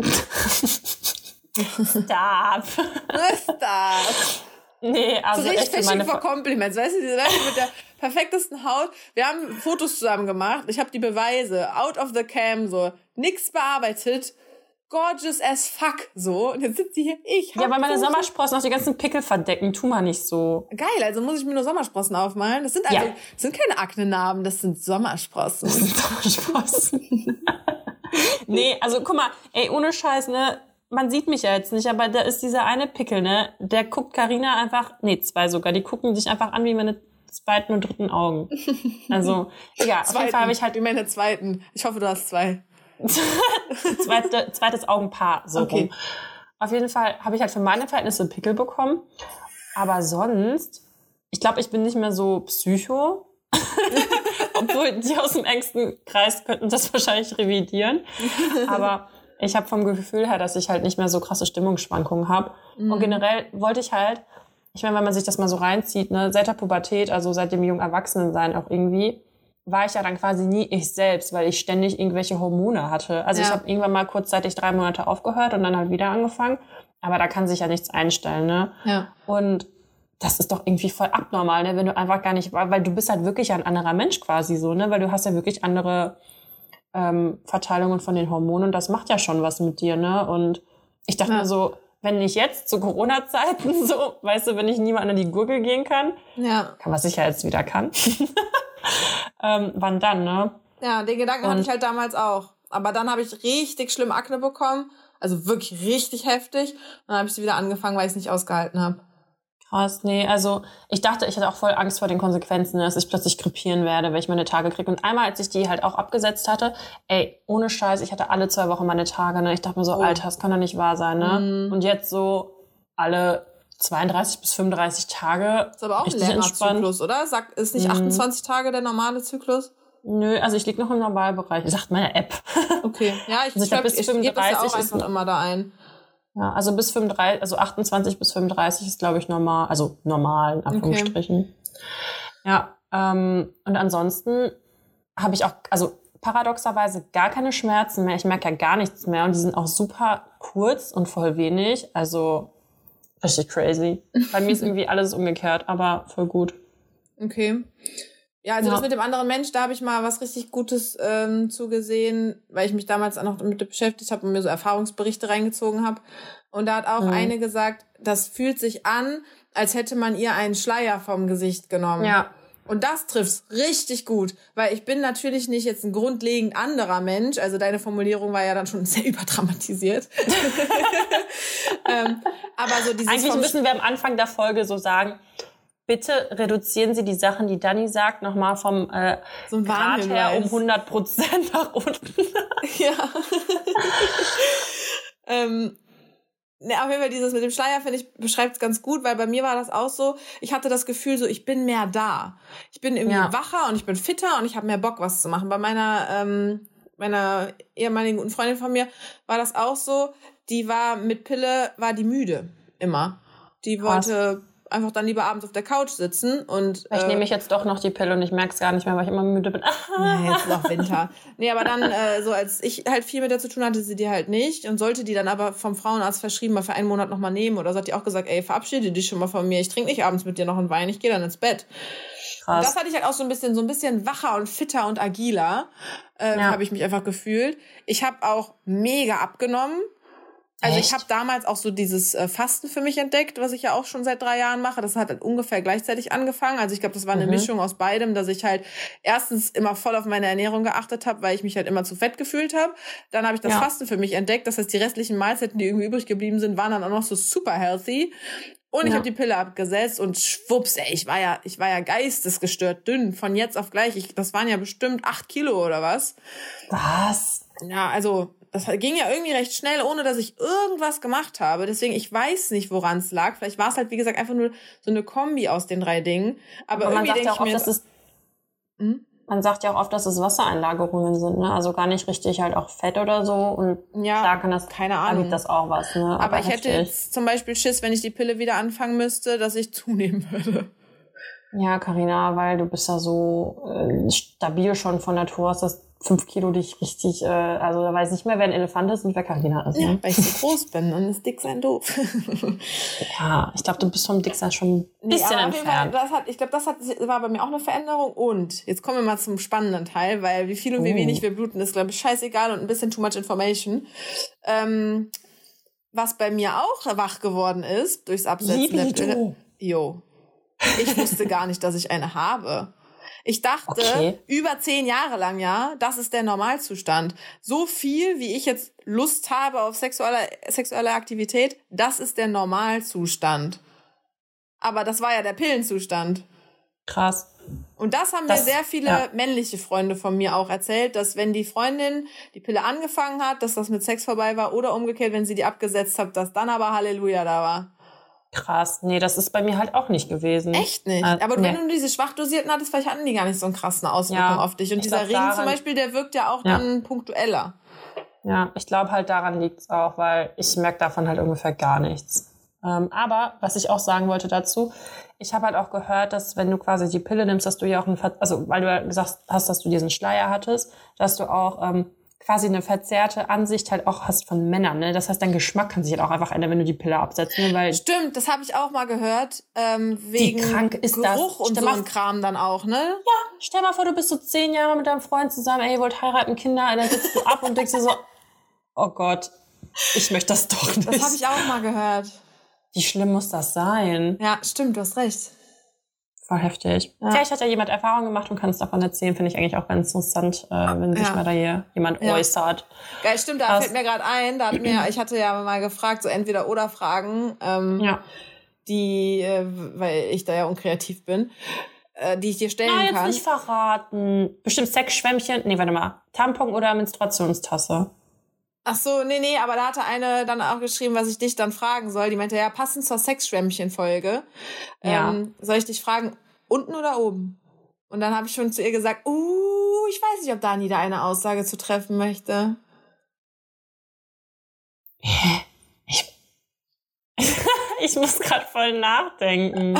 Speaker 1: Stop.
Speaker 2: Stop.
Speaker 1: Nee, also
Speaker 2: so richtig
Speaker 1: echt für meine
Speaker 2: for Compliments. Weißt du, diese Leute mit der perfektesten Haut. Wir haben Fotos zusammen gemacht. Ich habe die Beweise. Out of the cam, so. Nix bearbeitet. Gorgeous as fuck, so. Und jetzt sitzt sie hier. Ich hab
Speaker 1: Ja, weil meine
Speaker 2: Fotos.
Speaker 1: Sommersprossen auch die ganzen Pickel verdecken. Tu mal nicht so.
Speaker 2: Geil, also muss ich mir nur Sommersprossen aufmalen. Das sind also, ja. das sind keine Aknenarben, das sind Sommersprossen.
Speaker 1: Das sind Sommersprossen. Nee, also guck mal, ey, ohne Scheiß, ne? Man sieht mich ja jetzt nicht, aber da ist dieser eine Pickel, ne? Der guckt Carina einfach, nee, zwei sogar, die gucken dich einfach an wie meine zweiten und dritten Augen. Also, ja, auf jeden Fall habe ich halt...
Speaker 2: Wie meine zweiten. Ich hoffe, du hast zwei.
Speaker 1: Zweite, zweites Augenpaar, so okay. rum. Auf jeden Fall habe ich halt für meine Verhältnisse Pickel bekommen. Aber sonst, ich glaube, ich bin nicht mehr so psycho. Obwohl die aus dem engsten Kreis könnten das wahrscheinlich revidieren. Aber ich habe vom Gefühl her, dass ich halt nicht mehr so krasse Stimmungsschwankungen habe. Mhm. Und generell wollte ich halt, ich meine, wenn man sich das mal so reinzieht, ne, seit der Pubertät, also seit dem jungen Erwachsenensein auch irgendwie, war ich ja dann quasi nie ich selbst, weil ich ständig irgendwelche Hormone hatte. Also ja. ich habe irgendwann mal kurzzeitig drei Monate aufgehört und dann halt wieder angefangen. Aber da kann sich ja nichts einstellen, ne?
Speaker 2: Ja.
Speaker 1: Und das ist doch irgendwie voll abnormal, ne? Wenn du einfach gar nicht, weil du bist halt wirklich ein anderer Mensch quasi so, ne? Weil du hast ja wirklich andere ähm, Verteilungen von den Hormonen und das macht ja schon was mit dir, ne? Und ich dachte ja. mir so, wenn nicht jetzt zu Corona-Zeiten so, weißt du, wenn ich niemand an die Gurgel gehen kann,
Speaker 2: ja.
Speaker 1: kann was ich ja jetzt wieder kann. ähm, wann dann, ne?
Speaker 2: Ja, den Gedanken und hatte ich halt damals auch. Aber dann habe ich richtig schlimm Akne bekommen. Also wirklich richtig heftig. Und dann habe ich sie wieder angefangen, weil ich es nicht ausgehalten habe.
Speaker 1: Krass, nee, also ich dachte, ich hatte auch voll Angst vor den Konsequenzen, dass ich plötzlich krepieren werde, wenn ich meine Tage kriege. Und einmal, als ich die halt auch abgesetzt hatte, ey, ohne Scheiß, ich hatte alle zwei Wochen meine Tage, ne? Ich dachte mir so, oh. Alter, das kann doch nicht wahr sein, ne? Mm. Und jetzt so alle zweiunddreißig bis fünfunddreißig Tage.
Speaker 2: Das ist aber auch ein längerer Zyklus, oder? Sag, ist nicht achtundzwanzig mm. Tage der normale Zyklus?
Speaker 1: Nö, also ich liege noch im Normalbereich. Sagt meine App.
Speaker 2: Okay, ja, ich, also ich, ich, ich gebe das ja auch einfach immer da ein.
Speaker 1: Ja, also bis fünfunddreißig, also achtundzwanzig bis fünfunddreißig ist, glaube ich, normal, also normal, in Anführungsstrichen. Okay. Ja, ähm, und ansonsten habe ich auch, also paradoxerweise gar keine Schmerzen mehr. Ich merke ja gar nichts mehr und die sind auch super kurz und voll wenig. Also richtig crazy. Bei mir ist irgendwie alles umgekehrt, aber voll gut.
Speaker 2: Okay. Ja, also ja. das mit dem anderen Mensch, da habe ich mal was richtig Gutes ähm, zugesehen, weil ich mich damals auch noch damit beschäftigt habe und mir so Erfahrungsberichte reingezogen habe. Und da hat auch mhm. eine gesagt, das fühlt sich an, als hätte man ihr einen Schleier vom Gesicht genommen.
Speaker 1: Ja.
Speaker 2: Und das trifft's richtig gut, weil ich bin natürlich nicht jetzt ein grundlegend anderer Mensch. Also deine Formulierung war ja dann schon sehr überdramatisiert. ähm, aber so dieses
Speaker 1: Eigentlich müssen wir am Anfang der Folge so sagen, bitte reduzieren Sie die Sachen, die Dani sagt, nochmal vom äh,
Speaker 2: so ein
Speaker 1: Grad her um hundert Prozent nach unten.
Speaker 2: Ja. ähm, Ne, auf jeden Fall dieses mit dem Schleier, finde ich, beschreibt es ganz gut, weil bei mir war das auch so, ich hatte das Gefühl so, ich bin mehr da. Ich bin irgendwie ja. wacher und ich bin fitter und ich habe mehr Bock, was zu machen. Bei meiner, ähm, meiner ehemaligen guten Freundin von mir war das auch so, die war mit Pille, war die müde, immer. Die
Speaker 1: Krass.
Speaker 2: wollte einfach dann lieber abends auf der Couch sitzen und...
Speaker 1: Vielleicht äh, nehme ich jetzt doch noch die Pille und ich merke es gar nicht mehr, weil ich immer müde bin.
Speaker 2: Ja, jetzt ist auch Winter. Nee, aber dann, äh, so als ich halt viel mit der zu tun hatte, sie die halt nicht und sollte die dann aber vom Frauenarzt verschrieben mal für einen Monat nochmal nehmen oder so hat die auch gesagt, ey, verabschiede dich schon mal von mir, ich trinke nicht abends mit dir noch einen Wein, ich gehe dann ins Bett. Krass. Und das hatte ich halt auch so ein bisschen, so ein bisschen wacher und fitter und agiler, äh, ja. habe ich mich einfach gefühlt. Ich habe auch mega abgenommen. Also Echt? Ich habe damals auch so dieses äh, Fasten für mich entdeckt, was ich ja auch schon seit drei Jahren mache. Das hat halt ungefähr gleichzeitig angefangen. Also ich glaube, das war eine mhm. Mischung aus beidem, dass ich halt erstens immer voll auf meine Ernährung geachtet habe, weil ich mich halt immer zu fett gefühlt habe. Dann habe ich das ja. Fasten für mich entdeckt. Das heißt, die restlichen Mahlzeiten, die irgendwie übrig geblieben sind, waren dann auch noch so super healthy. Und ich ja. habe die Pille abgesetzt und schwupps, ey, ich war ja, ich war ja geistesgestört dünn. Von jetzt auf gleich. Ich, das waren ja bestimmt acht Kilo oder was.
Speaker 1: Was?
Speaker 2: Ja, also... Das ging ja irgendwie recht schnell, ohne dass ich irgendwas gemacht habe. Deswegen, ich weiß nicht, woran es lag. Vielleicht war es halt, wie gesagt, einfach nur so eine Kombi aus den drei Dingen. Aber, Aber irgendwie denke ich mir...
Speaker 1: Dass es, hm? Man sagt ja auch oft, dass es Wassereinlagerungen sind, ne? Also gar nicht richtig halt auch Fett oder so. Und
Speaker 2: ja,
Speaker 1: da kann das,
Speaker 2: keine Ahnung.
Speaker 1: Da das auch was, ne?
Speaker 2: Aber, Aber ich heftig. hätte jetzt zum Beispiel Schiss, wenn ich die Pille wieder anfangen müsste, dass ich zunehmen würde.
Speaker 1: Ja, Carina, weil du bist ja so äh, stabil schon von Natur aus, dass fünf Kilo dich richtig, äh, also da weiß ich nicht mehr, wer ein Elefant ist und wer Carina ist. Ne?
Speaker 2: Ja, weil ich so groß bin, dann ist dick sein doof.
Speaker 1: Ja, ich glaube, du bist vom Dicksein schon ein bisschen nee, aber entfernt.
Speaker 2: Fall, das hat, ich glaube, das hat, war bei mir auch eine Veränderung. Und jetzt kommen wir mal zum spannenden Teil, weil wie viel und wie oh. wenig wir bluten, ist, glaube ich, scheißegal und ein bisschen too much information. Ähm, was bei mir auch wach geworden ist, durchs Absetzen
Speaker 1: Libido.
Speaker 2: der Pille. Jo. Ich wusste gar nicht, dass ich eine habe. Ich dachte, okay. über zehn Jahre lang, ja, das ist der Normalzustand. So viel, wie ich jetzt Lust habe auf sexuelle, sexuelle Aktivität, das ist der Normalzustand. Aber das war ja der Pillenzustand.
Speaker 1: Krass.
Speaker 2: Und das haben das, mir sehr viele ja. männliche Freunde von mir auch erzählt, dass wenn die Freundin die Pille angefangen hat, dass das mit Sex vorbei war oder umgekehrt, wenn sie die abgesetzt hat, dass dann aber Halleluja da war.
Speaker 1: Krass. Nee, das ist bei mir halt auch nicht gewesen.
Speaker 2: Echt nicht? Äh, aber nee. wenn du diese Schwachdosierten hattest, vielleicht hatten die gar nicht so einen krassen Auswirkung ja, auf dich. Und dieser Ring zum Beispiel, der wirkt ja auch ja. dann punktueller.
Speaker 1: Ja, ich glaube halt daran liegt es auch, weil ich merke davon halt ungefähr gar nichts. Ähm, aber, was ich auch sagen wollte dazu, ich habe halt auch gehört, dass wenn du quasi die Pille nimmst, dass du ja auch, ein Ver- also weil du ja gesagt hast, dass du diesen Schleier hattest, dass du auch ähm, quasi eine verzerrte Ansicht halt auch hast von Männern, ne? Das heißt, dein Geschmack kann sich halt auch einfach ändern, wenn du die Pille absetzt, ne? Weil
Speaker 2: stimmt, das habe ich auch mal gehört, ähm, wegen
Speaker 1: wie krank ist
Speaker 2: Geruch
Speaker 1: das?
Speaker 2: und so ein Kram dann auch, ne?
Speaker 1: Ja, stell mal vor, du bist so zehn Jahre mit deinem Freund zusammen, ey, ihr wollt heiraten, Kinder, und dann sitzt du ab und denkst dir so, oh Gott, ich möchte das doch nicht.
Speaker 2: Das habe ich auch mal gehört.
Speaker 1: Wie schlimm muss das sein?
Speaker 2: Ja, stimmt, du hast recht.
Speaker 1: Voll heftig. Ja. Vielleicht hat ja jemand Erfahrung gemacht und kann es davon erzählen. Finde ich eigentlich auch ganz interessant, äh, wenn sich ja. mal da hier jemand ja. äußert.
Speaker 2: Geil, stimmt, da Krass. fällt mir gerade ein, da hat mir, ich hatte ja mal gefragt, so entweder oder Fragen, ähm, ja. die, äh, weil ich da ja unkreativ bin, äh, die ich dir stellen
Speaker 1: Na, jetzt
Speaker 2: kann.
Speaker 1: Nicht verraten. Bestimmt Sexschwämmchen, nee, warte mal, Tampon oder Menstruationstasse?
Speaker 2: Ach so, nee, nee, aber da hatte eine dann auch geschrieben, was ich dich dann fragen soll. Die meinte, ja, passend zur Sexschwämmchen-Folge.
Speaker 1: Ja.
Speaker 2: Ähm, soll ich dich fragen, unten oder oben? Und dann habe ich schon zu ihr gesagt, uh, ich weiß nicht, ob Dani da eine Aussage zu treffen möchte.
Speaker 1: Hä? Ich, ich muss gerade voll nachdenken.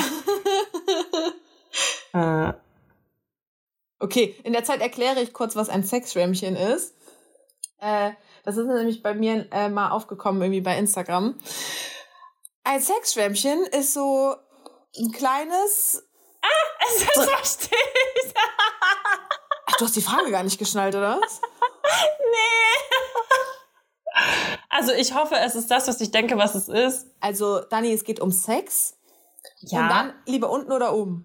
Speaker 1: äh.
Speaker 2: Okay, in der Zeit erkläre ich kurz, was ein Sexschwämmchen ist. Äh, das ist nämlich bei mir äh, mal aufgekommen, irgendwie bei Instagram. Ein Sexschwämmchen ist so ein kleines...
Speaker 1: Ah, das verstehe ich.
Speaker 2: Ach, du hast die Frage gar nicht geschnallt, oder was?
Speaker 1: Nee. Also ich hoffe, es ist das, was ich denke, was es ist.
Speaker 2: Also, Dani, es geht um Sex.
Speaker 1: Ja.
Speaker 2: Und dann lieber unten oder oben?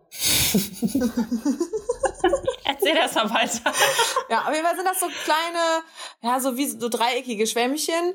Speaker 1: Erzähl das mal weiter.
Speaker 2: Ja, auf jeden Fall sind das so kleine, ja, so wie so dreieckige Schwämmchen,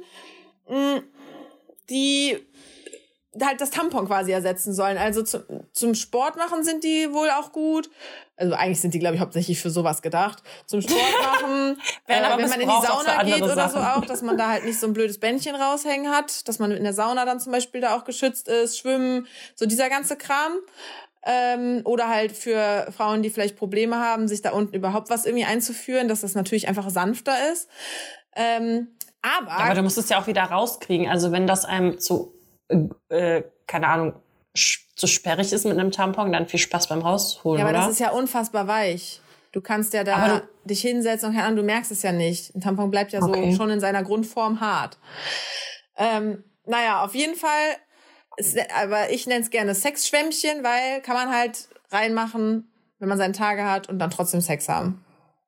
Speaker 2: die halt das Tampon quasi ersetzen sollen. Also zum, zum Sport machen sind die wohl auch gut. Also eigentlich sind die, glaube ich, hauptsächlich für sowas gedacht. Zum Sport machen, äh, wenn man in die Sauna geht oder so auch, dass man da halt nicht so ein blödes Bändchen raushängen hat, dass man in der Sauna dann zum Beispiel da auch geschützt ist, schwimmen, so dieser ganze Kram. Ähm, oder halt für Frauen, die vielleicht Probleme haben, sich da unten überhaupt was irgendwie einzuführen, dass das natürlich einfach sanfter ist. Ähm, aber,
Speaker 1: ja, aber du musst es ja auch wieder rauskriegen. Also wenn das einem zu, äh, keine Ahnung, zu sperrig ist mit einem Tampon, dann viel Spaß beim Rausholen,
Speaker 2: ja, aber
Speaker 1: oder?
Speaker 2: das ist ja unfassbar weich. Du kannst ja da dich hinsetzen und keine Ahnung, du merkst es ja nicht. Ein Tampon bleibt ja okay. so schon in seiner Grundform hart. Ähm, naja, auf jeden Fall, aber ich nenne es gerne Sexschwämmchen, weil kann man halt reinmachen, wenn man seine Tage hat und dann trotzdem Sex haben.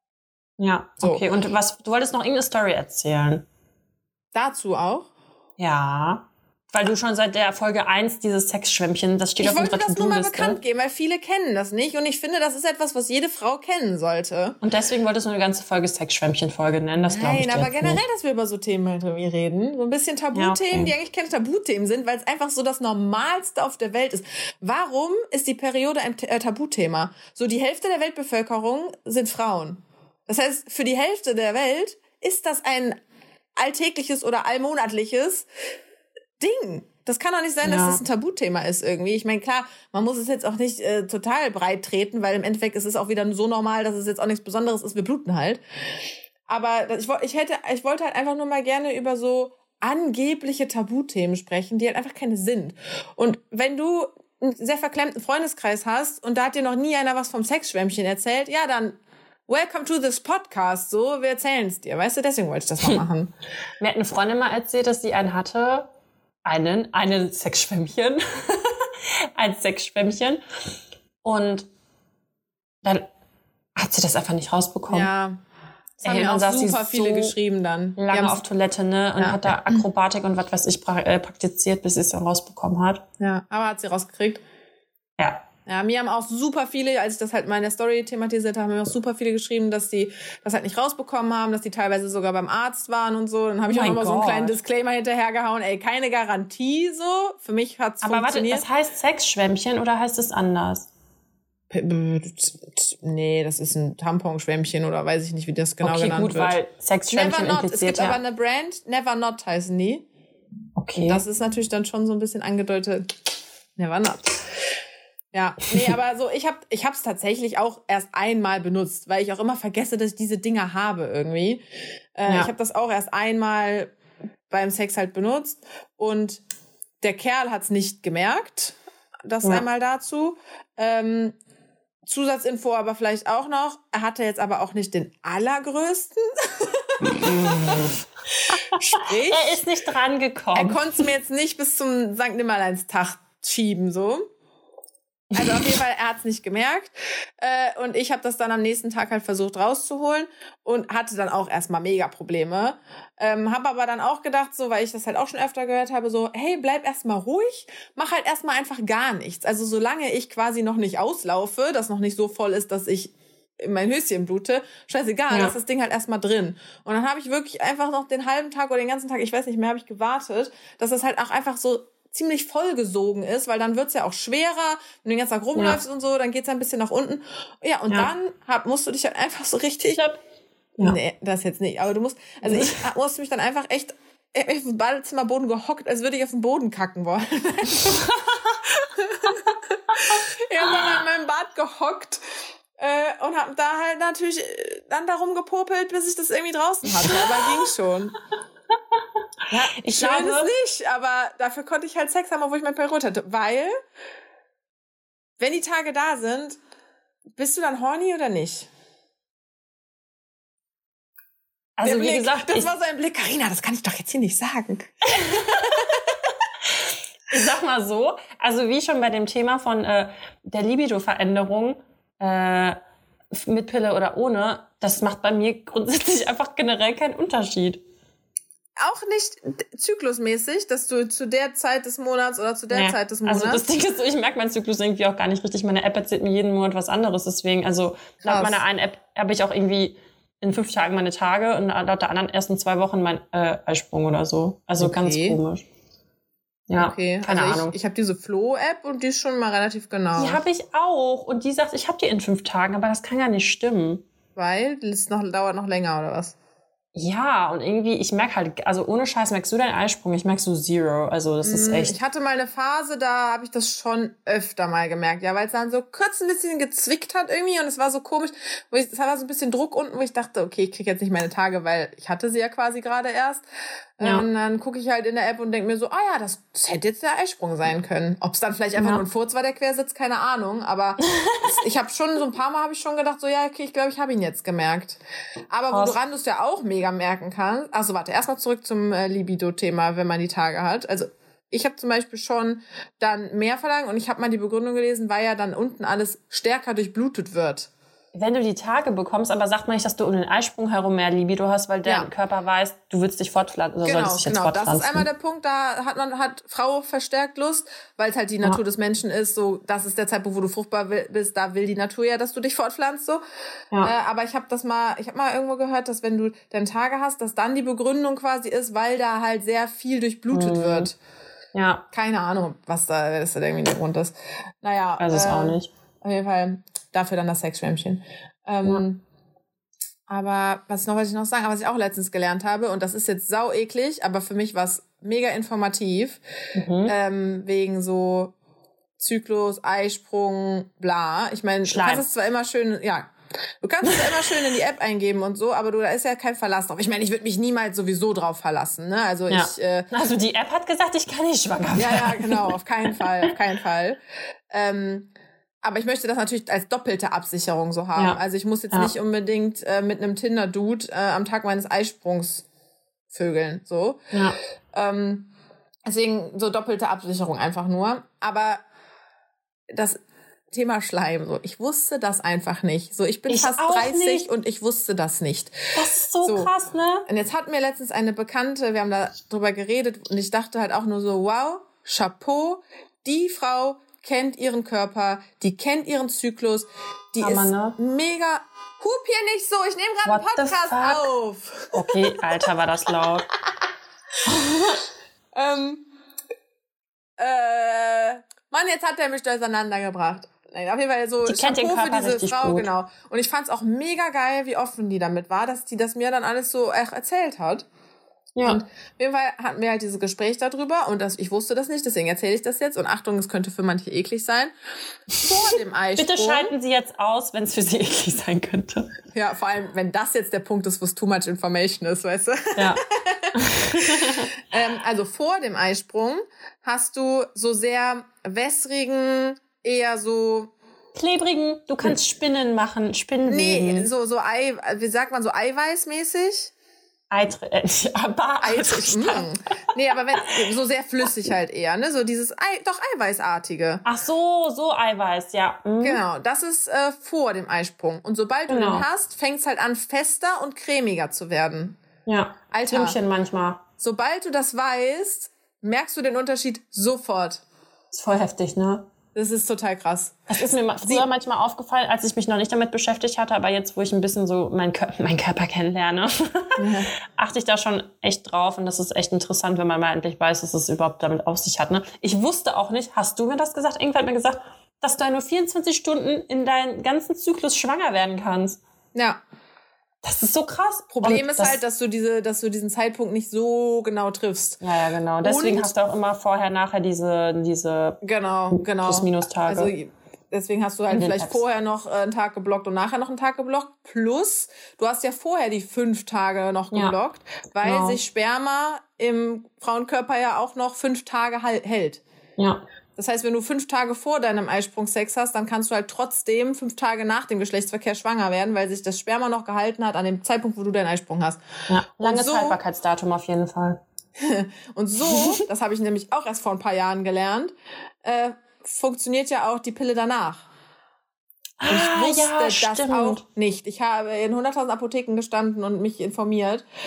Speaker 1: Ja,
Speaker 2: so.
Speaker 1: Okay. Und was, du wolltest noch irgendeine Story erzählen?
Speaker 2: Dazu auch?
Speaker 1: Ja. Weil du schon seit der Folge eins dieses Sexschwämmchen, das steht
Speaker 2: ich
Speaker 1: auf unserer To-Do-Liste.
Speaker 2: Ich wollte das nur mal bekannt geben, weil viele kennen das nicht. Und ich finde, das ist etwas, was jede Frau kennen sollte.
Speaker 1: Und deswegen wolltest du eine ganze Folge Sexschwämmchen-Folge nennen, das glaube ich
Speaker 2: Nein, aber generell,
Speaker 1: nicht.
Speaker 2: dass wir über so Themen halt reden. So ein bisschen Tabuthemen, ja, okay. die eigentlich keine Tabuthemen sind, weil es einfach so das Normalste auf der Welt ist. Warum ist die Periode ein äh, Tabuthema? So die Hälfte der Weltbevölkerung sind Frauen. Das heißt, für die Hälfte der Welt ist das ein alltägliches oder allmonatliches Ding. Das kann doch nicht sein, ja. dass das ein Tabuthema ist irgendwie. Ich meine, klar, man muss es jetzt auch nicht äh, total breit treten, weil im Endeffekt ist es auch wieder so normal, dass es jetzt auch nichts Besonderes ist. Wir bluten halt. Aber ich, ich, hätte, ich wollte halt einfach nur mal gerne über so angebliche Tabuthemen sprechen, die halt einfach keine sind. Und wenn du einen sehr verklemmten Freundeskreis hast und da hat dir noch nie einer was vom Sexschwämmchen erzählt, ja, dann welcome to this podcast. So, wir erzählen es dir. Weißt du, deswegen wollte ich das mal machen.
Speaker 1: Mir hat eine Freundin mal erzählt, dass sie einen hatte, einen, einen Sexschwämmchen, ein Sexschwämmchen. Und dann hat sie das einfach nicht rausbekommen.
Speaker 2: Ja, das haben mir auch super viele so geschrieben dann.
Speaker 1: Lange auf Toilette, ne? Und ja. hat da Akrobatik und was weiß ich praktiziert, bis sie es dann rausbekommen hat.
Speaker 2: Ja, aber hat sie rausgekriegt?
Speaker 1: Ja.
Speaker 2: Ja, mir haben auch super viele, als ich das halt mal in der Story thematisiert habe, haben mir auch super viele geschrieben, dass die das halt nicht rausbekommen haben, dass die teilweise sogar beim Arzt waren und so. Dann habe ich oh auch nochmal so einen kleinen Disclaimer hinterhergehauen. Ey, keine Garantie so. Für mich hat's
Speaker 1: Aber
Speaker 2: funktioniert.
Speaker 1: Aber warte, das heißt Sexschwämmchen oder heißt es anders?
Speaker 2: Nee, das ist ein Tamponschwämmchen oder weiß ich nicht, wie das genau okay, genannt
Speaker 1: gut,
Speaker 2: wird.
Speaker 1: Weil Sexschwämmchen
Speaker 2: Never Not.
Speaker 1: impliziert,
Speaker 2: es gibt
Speaker 1: ja.
Speaker 2: aber eine Brand, Never Not heißen die.
Speaker 1: Okay.
Speaker 2: Das ist natürlich dann schon so ein bisschen angedeutet. Never Not. Ja, nee, aber so, ich hab, ich hab's tatsächlich auch erst einmal benutzt, weil ich auch immer vergesse, dass ich diese Dinger habe irgendwie. Äh, ja. Ich habe das auch erst einmal beim Sex halt benutzt und der Kerl hat's nicht gemerkt. Das ja. einmal dazu. Ähm, Zusatzinfo aber vielleicht auch noch. Er hatte jetzt aber auch nicht den allergrößten. Sprich,
Speaker 1: er ist nicht dran gekommen.
Speaker 2: Er konnte es mir jetzt nicht bis zum Sankt Nimmerleinstag schieben, so. Also auf jeden Fall, er hat es nicht gemerkt. Äh, und ich habe das dann am nächsten Tag halt versucht rauszuholen und hatte dann auch erstmal mega Probleme. Ähm, habe aber dann auch gedacht, so, weil ich das halt auch schon öfter gehört habe, so, hey, bleib erstmal ruhig, mach halt erstmal einfach gar nichts. Also solange ich quasi noch nicht auslaufe, das noch nicht so voll ist, dass ich in mein Höschen blute, scheißegal, ja. lass das Ding halt erstmal drin. Und dann habe ich wirklich einfach noch den halben Tag oder den ganzen Tag, ich weiß nicht mehr, habe ich gewartet, dass das halt auch einfach so ziemlich vollgesogen ist, weil dann wird's ja auch schwerer, wenn du den ganzen Tag rumläufst ja. und so, dann geht's ja ein bisschen nach unten. Ja, und ja. dann hab, musst du dich halt einfach so richtig... Ja. Nee, das jetzt nicht, aber du musst... Also ich musste mich dann einfach echt auf dem Badezimmerboden gehockt, als würde ich auf den Boden kacken wollen. Ich hab dann in meinem Bad gehockt äh, und hab da halt natürlich dann darum gepopelt, bis ich das irgendwie draußen hatte, aber ging schon. Ja, ich schön glaube es nicht, aber dafür konnte ich halt Sex haben, obwohl ich mein Period hatte. Weil, wenn die Tage da sind, bist du dann horny oder nicht?
Speaker 1: Also
Speaker 2: Der
Speaker 1: wie
Speaker 2: Blick,
Speaker 1: gesagt,
Speaker 2: das
Speaker 1: ich,
Speaker 2: war so ein Blick, Carina, das kann ich doch jetzt hier nicht sagen.
Speaker 1: Ich sag mal so, also wie schon bei dem Thema von äh, der Libido-Veränderung äh, mit Pille oder ohne, das macht bei mir grundsätzlich einfach generell keinen Unterschied.
Speaker 2: auch nicht zyklusmäßig, dass du zu der Zeit des Monats oder zu der
Speaker 1: nee.
Speaker 2: Zeit des Monats...
Speaker 1: Also das Ding ist so, ich merke meinen Zyklus irgendwie auch gar nicht richtig. Meine App erzählt mir jeden Monat was anderes. Deswegen, also laut meiner einen App habe ich auch irgendwie in fünf Tagen meine Tage und laut der anderen erst in zwei Wochen mein äh, Eisprung oder so. Also okay. Ganz komisch. Ja,
Speaker 2: okay.
Speaker 1: keine
Speaker 2: also
Speaker 1: Ahnung.
Speaker 2: Ich, ich habe diese Flo-App und die ist schon mal relativ genau.
Speaker 1: Die habe ich auch und die sagt, ich habe die in fünf Tagen, aber das kann ja nicht stimmen.
Speaker 2: Weil? Das noch, dauert noch länger oder was?
Speaker 1: Ja, und irgendwie, ich merke halt, also ohne Scheiß, merkst du deinen Eisprung? Ich merke so Zero, also das ist echt...
Speaker 2: Ich hatte mal eine Phase, da habe ich das schon öfter mal gemerkt, ja, weil es dann so kurz ein bisschen gezwickt hat irgendwie und es war so komisch, wo ich, es war so ein bisschen Druck unten, wo ich dachte, okay, ich kriege jetzt nicht meine Tage, weil ich hatte sie ja quasi gerade erst. Ja. Und dann gucke ich halt in der App und denke mir so, ah ja, das, das hätte jetzt der Eisprung sein können. Ob es dann vielleicht einfach ja. nur ein Furz war, der Quersitz, keine Ahnung. Aber ich habe schon, so ein paar Mal habe ich schon gedacht, so ja, okay, ich glaube, ich habe ihn jetzt gemerkt. Aber Krass. Woran du es ja auch mega merken kannst, also warte, erstmal zurück zum äh, Libido-Thema, wenn man die Tage hat. Also ich habe zum Beispiel schon dann mehr verlangt und ich habe mal die Begründung gelesen, weil ja dann unten alles stärker durchblutet wird.
Speaker 1: Wenn du die Tage bekommst, aber sagt man nicht, dass du um den Eisprung herum mehr Libido hast, weil der ja. Körper weiß, du willst dich fortpflanzen oder
Speaker 2: genau,
Speaker 1: solltest dich jetzt
Speaker 2: genau.
Speaker 1: fortpflanzen.
Speaker 2: Das ist einmal der Punkt, da hat man hat Frau verstärkt Lust, weil es halt die Natur ja. des Menschen ist, so das ist der Zeitpunkt, wo du fruchtbar bist, da will die Natur ja, dass du dich fortpflanzt so. Ja. Äh, aber ich habe das mal, ich habe mal irgendwo gehört, dass wenn du dann Tage hast, dass dann die Begründung quasi ist, weil da halt sehr viel durchblutet mhm. wird.
Speaker 1: Ja.
Speaker 2: Keine Ahnung, was da, was da irgendwie der Grund ist. Naja.
Speaker 1: Weiß es
Speaker 2: äh,
Speaker 1: auch nicht.
Speaker 2: Auf jeden Fall dafür dann das Sexschwämmchen. Ähm, ja. Aber was noch, was ich noch sagen, was ich auch letztens gelernt habe, und das ist jetzt sau eklig, aber für mich war es mega informativ, mhm. ähm, wegen so Zyklus, Eisprung, bla. Ich meine, du kannst es zwar immer schön, ja, du kannst es immer schön in die App eingeben und so, aber du, da ist ja kein Verlass drauf. Ich meine, ich würde mich niemals sowieso drauf verlassen, ne? Also ja. ich. Äh,
Speaker 1: also die App hat gesagt, ich kann nicht schwanger werden.
Speaker 2: Ja, ja, genau, auf keinen Fall, auf keinen Fall. Ähm, Aber ich möchte das natürlich als doppelte Absicherung so haben. Ja. Also ich muss jetzt ja. nicht unbedingt äh, mit einem Tinder-Dude äh, am Tag meines Eisprungs vögeln. So.
Speaker 1: Ja.
Speaker 2: Ähm, deswegen so doppelte Absicherung einfach nur. Aber das Thema Schleim, so ich wusste das einfach nicht. So, ich bin ich fast dreißig nicht. Und ich wusste das nicht.
Speaker 1: Das ist so, so krass, ne?
Speaker 2: Und jetzt hat mir letztens eine Bekannte, wir haben da drüber geredet und ich dachte halt auch nur so, wow, Chapeau, die Frau kennt ihren Körper, die kennt ihren Zyklus, die Hammer, ist ne? mega... Hup hier nicht so, ich nehme gerade einen Podcast auf.
Speaker 1: Okay, Alter, war das laut.
Speaker 2: ähm, äh, Mann, jetzt hat der mich durcheinandergebracht. Nein, auf jeden Fall so Chapeau für diese Frau, gut. Genau. Und ich fand's auch mega geil, wie offen die damit war, dass die das mir dann alles so echt erzählt hat. Ja. Und auf jeden Fall hatten wir halt dieses Gespräch darüber und das, ich wusste das nicht, deswegen erzähle ich das jetzt. Und Achtung, es könnte für manche eklig sein. Vor dem Eisprung.
Speaker 1: Bitte schalten Sie jetzt aus, wenn es für Sie eklig sein könnte.
Speaker 2: Ja, vor allem, wenn das jetzt der Punkt ist, wo es too much information ist, weißt du?
Speaker 1: Ja.
Speaker 2: ähm, also vor dem Eisprung hast du so sehr wässrigen, eher so...
Speaker 1: Klebrigen, du kannst Spinnen machen, Spinnenweben.
Speaker 2: Nee, so, so Ei, wie sagt man, so eiweißmäßig?
Speaker 1: Eitre, äh, aber
Speaker 2: Eitrisch, mm. Nee, aber wenn, so sehr flüssig halt eher, ne? So dieses Ei, doch Eiweißartige.
Speaker 1: Ach so, so Eiweiß, ja. Mhm.
Speaker 2: Genau, das ist äh, vor dem Eisprung. Und sobald genau. du den hast, fängt's halt an, fester und cremiger zu werden.
Speaker 1: Ja,
Speaker 2: Alter,
Speaker 1: Trimmchen manchmal.
Speaker 2: Sobald du das weißt, merkst du den Unterschied sofort.
Speaker 1: Ist voll heftig, ne?
Speaker 2: Das ist total krass.
Speaker 1: Das ist mir früher Sie manchmal aufgefallen, als ich mich noch nicht damit beschäftigt hatte, aber jetzt, wo ich ein bisschen so meinen Körper, meinen Körper kennenlerne, ja. achte ich da schon echt drauf und das ist echt interessant, wenn man mal endlich weiß, dass es überhaupt damit auf sich hat. Ne? Ich wusste auch nicht, hast du mir das gesagt? Irgendwer hat mir gesagt, dass du ja nur vierundzwanzig Stunden in deinen ganzen Zyklus schwanger werden kannst.
Speaker 2: Ja.
Speaker 1: Das ist so krass.
Speaker 2: Problem und ist das halt, dass du diese, dass du diesen Zeitpunkt nicht so genau triffst.
Speaker 1: Ja, ja, genau. Deswegen und hast du auch immer vorher, nachher diese, diese
Speaker 2: genau, genau.
Speaker 1: Plus-Minus-Tage.
Speaker 2: Also deswegen hast du halt vielleicht Apps. vorher noch einen Tag geblockt und nachher noch einen Tag geblockt. Plus, du hast ja vorher die fünf Tage noch geblockt, ja, weil genau. sich Sperma im Frauenkörper ja auch noch fünf Tage hält.
Speaker 1: Ja.
Speaker 2: Das heißt, wenn du fünf Tage vor deinem Eisprung Sex hast, dann kannst du halt trotzdem fünf Tage nach dem Geschlechtsverkehr schwanger werden, weil sich das Sperma noch gehalten hat an dem Zeitpunkt, wo du deinen Eisprung hast.
Speaker 1: Ja, langes so, Haltbarkeitsdatum auf jeden Fall.
Speaker 2: Und so, das habe ich nämlich auch erst vor ein paar Jahren gelernt, äh, funktioniert ja auch die Pille danach. Und ich wusste
Speaker 1: ah, ja,
Speaker 2: das
Speaker 1: stimmt.
Speaker 2: auch nicht. Ich habe in hunderttausend Apotheken gestanden und mich informiert.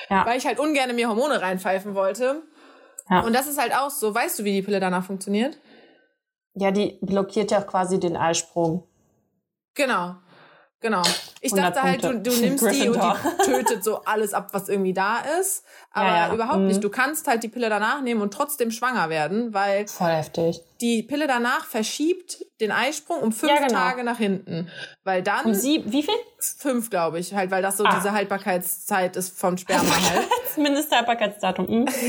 Speaker 2: ja. weil ich halt ungern mir Hormone reinpfeifen wollte.
Speaker 1: Ja.
Speaker 2: Und das ist halt auch so. Weißt du, wie die Pille danach funktioniert?
Speaker 1: Ja, die blockiert ja quasi den Eisprung.
Speaker 2: Genau. Genau. Ich dachte halt, du, du nimmst die und die tötet so alles ab, was irgendwie da ist. Aber ja, ja. überhaupt nicht. Du kannst halt die Pille danach nehmen und trotzdem schwanger werden, weil
Speaker 1: voll heftig.
Speaker 2: Die Pille danach verschiebt den Eisprung um fünf ja, genau. Tage nach hinten. Weil dann...
Speaker 1: Um sieben, wie viel?
Speaker 2: Fünf, glaube ich. Halt, weil das so ah. diese Haltbarkeitszeit ist vom Sperma halt.
Speaker 1: Mindesthaltbarkeitsdatum.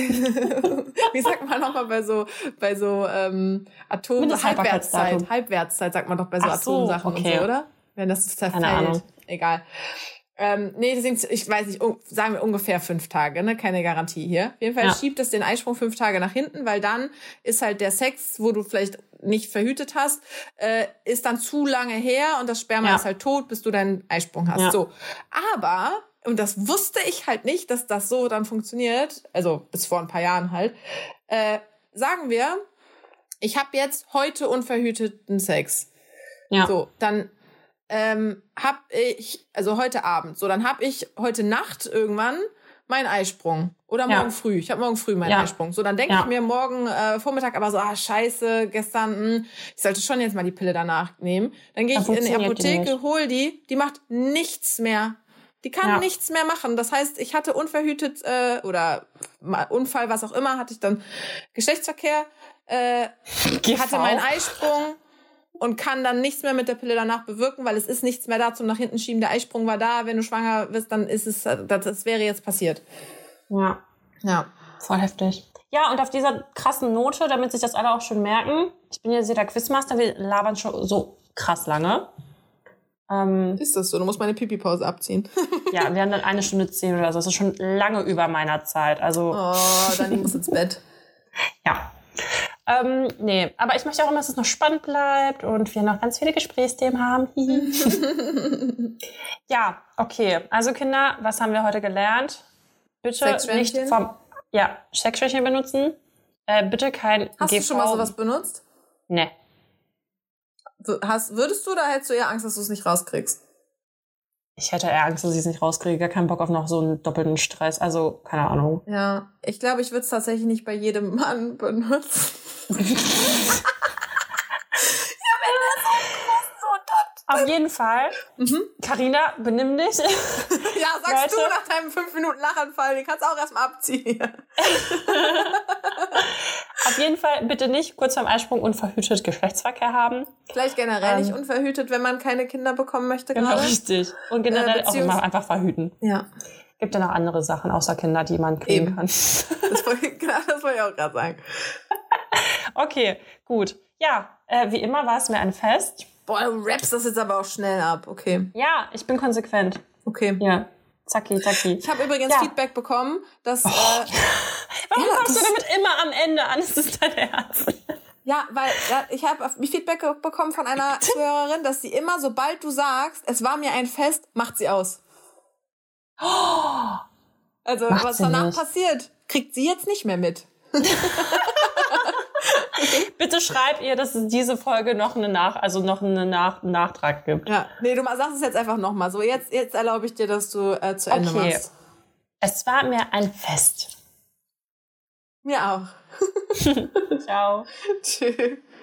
Speaker 2: Wie sagt man nochmal bei so, bei so ähm, Atom... Halbwertszeit. Halbwertszeit sagt man doch bei so, so Atomsachen okay. und so, oder? Wenn das zerfällt. Egal. Ähm, nee, deswegen, ich weiß nicht, sagen wir ungefähr fünf Tage, ne? Keine Garantie hier. Auf jeden Fall ja. schiebt es den Eisprung fünf Tage nach hinten, weil dann ist halt der Sex, wo du vielleicht nicht verhütet hast, äh, ist dann zu lange her und das Sperma ja. ist halt tot, bis du deinen Eisprung hast. Ja. So. Aber, und das wusste ich halt nicht, dass das so dann funktioniert, also bis vor ein paar Jahren halt, äh, sagen wir, ich habe jetzt heute unverhüteten Sex. Ja. So, dann Ähm, hab ich, also heute Abend, so, dann hab ich heute Nacht irgendwann meinen Eisprung. Oder morgen ja. früh. Ich habe morgen früh meinen ja. Eisprung. So, dann denke ja. ich mir morgen äh, Vormittag aber so, ah, scheiße, gestern, mh, ich sollte schon jetzt mal die Pille danach nehmen. Dann gehe ich in die Apotheke, die hol die, die macht nichts mehr. Die kann ja. nichts mehr machen. Das heißt, ich hatte unverhütet, äh, oder Unfall, was auch immer, hatte ich dann Geschlechtsverkehr, äh, hatte meinen Eisprung, und kann dann nichts mehr mit der Pille danach bewirken, weil es ist nichts mehr da zum nach hinten schieben. Der Eisprung war da. Wenn du schwanger bist, dann ist es, das, das wäre jetzt passiert.
Speaker 1: Ja.
Speaker 2: Ja.
Speaker 1: Voll heftig. Ja, und auf dieser krassen Note, damit sich das alle auch schon merken, ich bin jetzt hier der Quizmaster, wir labern schon so krass lange.
Speaker 2: Ähm, ist das so? Du musst meine Pipi-Pause abziehen.
Speaker 1: Ja, wir haben dann eine Stunde zehn oder so. Das ist schon lange über meiner Zeit. Also.
Speaker 2: Oh, dann musst du ins Bett.
Speaker 1: Ja. Ähm, nee, aber ich möchte auch immer, dass es noch spannend bleibt und wir noch ganz viele Gesprächsthemen haben. Ja, okay. Also Kinder, was haben wir heute gelernt? Bitte nicht vom ja, Sexschwächen benutzen. Äh, bitte kein
Speaker 2: Hast G V. Du schon mal sowas benutzt?
Speaker 1: Nee.
Speaker 2: Hast, würdest du oder hättest du eher Angst, dass du es nicht rauskriegst?
Speaker 1: Ich hätte eher Angst, dass ich es nicht rauskriege. Gar keinen Bock auf noch so einen doppelten Stress. Also, keine Ahnung.
Speaker 2: Ja, ich glaube, ich würde es tatsächlich nicht bei jedem Mann benutzen. Ja, wenn das so groß so dort.
Speaker 1: Auf jeden Fall. Carina, mhm. benimm dich.
Speaker 2: Ja, sagst Leute. Du nach deinem fünf Minuten Lachanfall, den kannst du auch erstmal abziehen.
Speaker 1: Auf jeden Fall bitte nicht kurz vorm Eisprung unverhütet Geschlechtsverkehr haben.
Speaker 2: Vielleicht generell ähm, nicht unverhütet, wenn man keine Kinder bekommen möchte
Speaker 1: genau,
Speaker 2: gerade.
Speaker 1: Richtig. Und generell äh, auch immer einfach verhüten.
Speaker 2: Ja.
Speaker 1: Gibt ja noch andere Sachen außer Kinder, die man kriegen Eben. Kann.
Speaker 2: Das wollte, genau, das wollte ich auch gerade sagen.
Speaker 1: Okay, gut. Ja, äh, wie immer war es mir ein Fest.
Speaker 2: Boah, du rappst das jetzt aber auch schnell ab. Okay.
Speaker 1: Ja, ich bin konsequent.
Speaker 2: Okay.
Speaker 1: Ja. Zacki, zacki.
Speaker 2: Ich habe übrigens ja. Feedback bekommen, dass... Oh. Äh,
Speaker 1: Warum ja, kommst du damit immer am Ende an? Ist das dein Ernst?
Speaker 2: Ja, weil ja, ich habe Feedback bekommen von einer Zuhörerin, dass sie immer, sobald du sagst, es war mir ein Fest, macht sie aus. Oh. Also, macht was danach nicht. Passiert, kriegt sie jetzt nicht mehr mit.
Speaker 1: Bitte schreib ihr, dass es diese Folge noch eine Nach, also noch eine Nach, einen Nachtrag gibt.
Speaker 2: Ja, nee, du sagst es jetzt einfach nochmal so. Jetzt, jetzt erlaube ich dir, dass du äh, zu Ende okay. machst.
Speaker 1: Es war mir ein Fest.
Speaker 2: Mir auch.
Speaker 1: Ciao.
Speaker 2: Tschüss.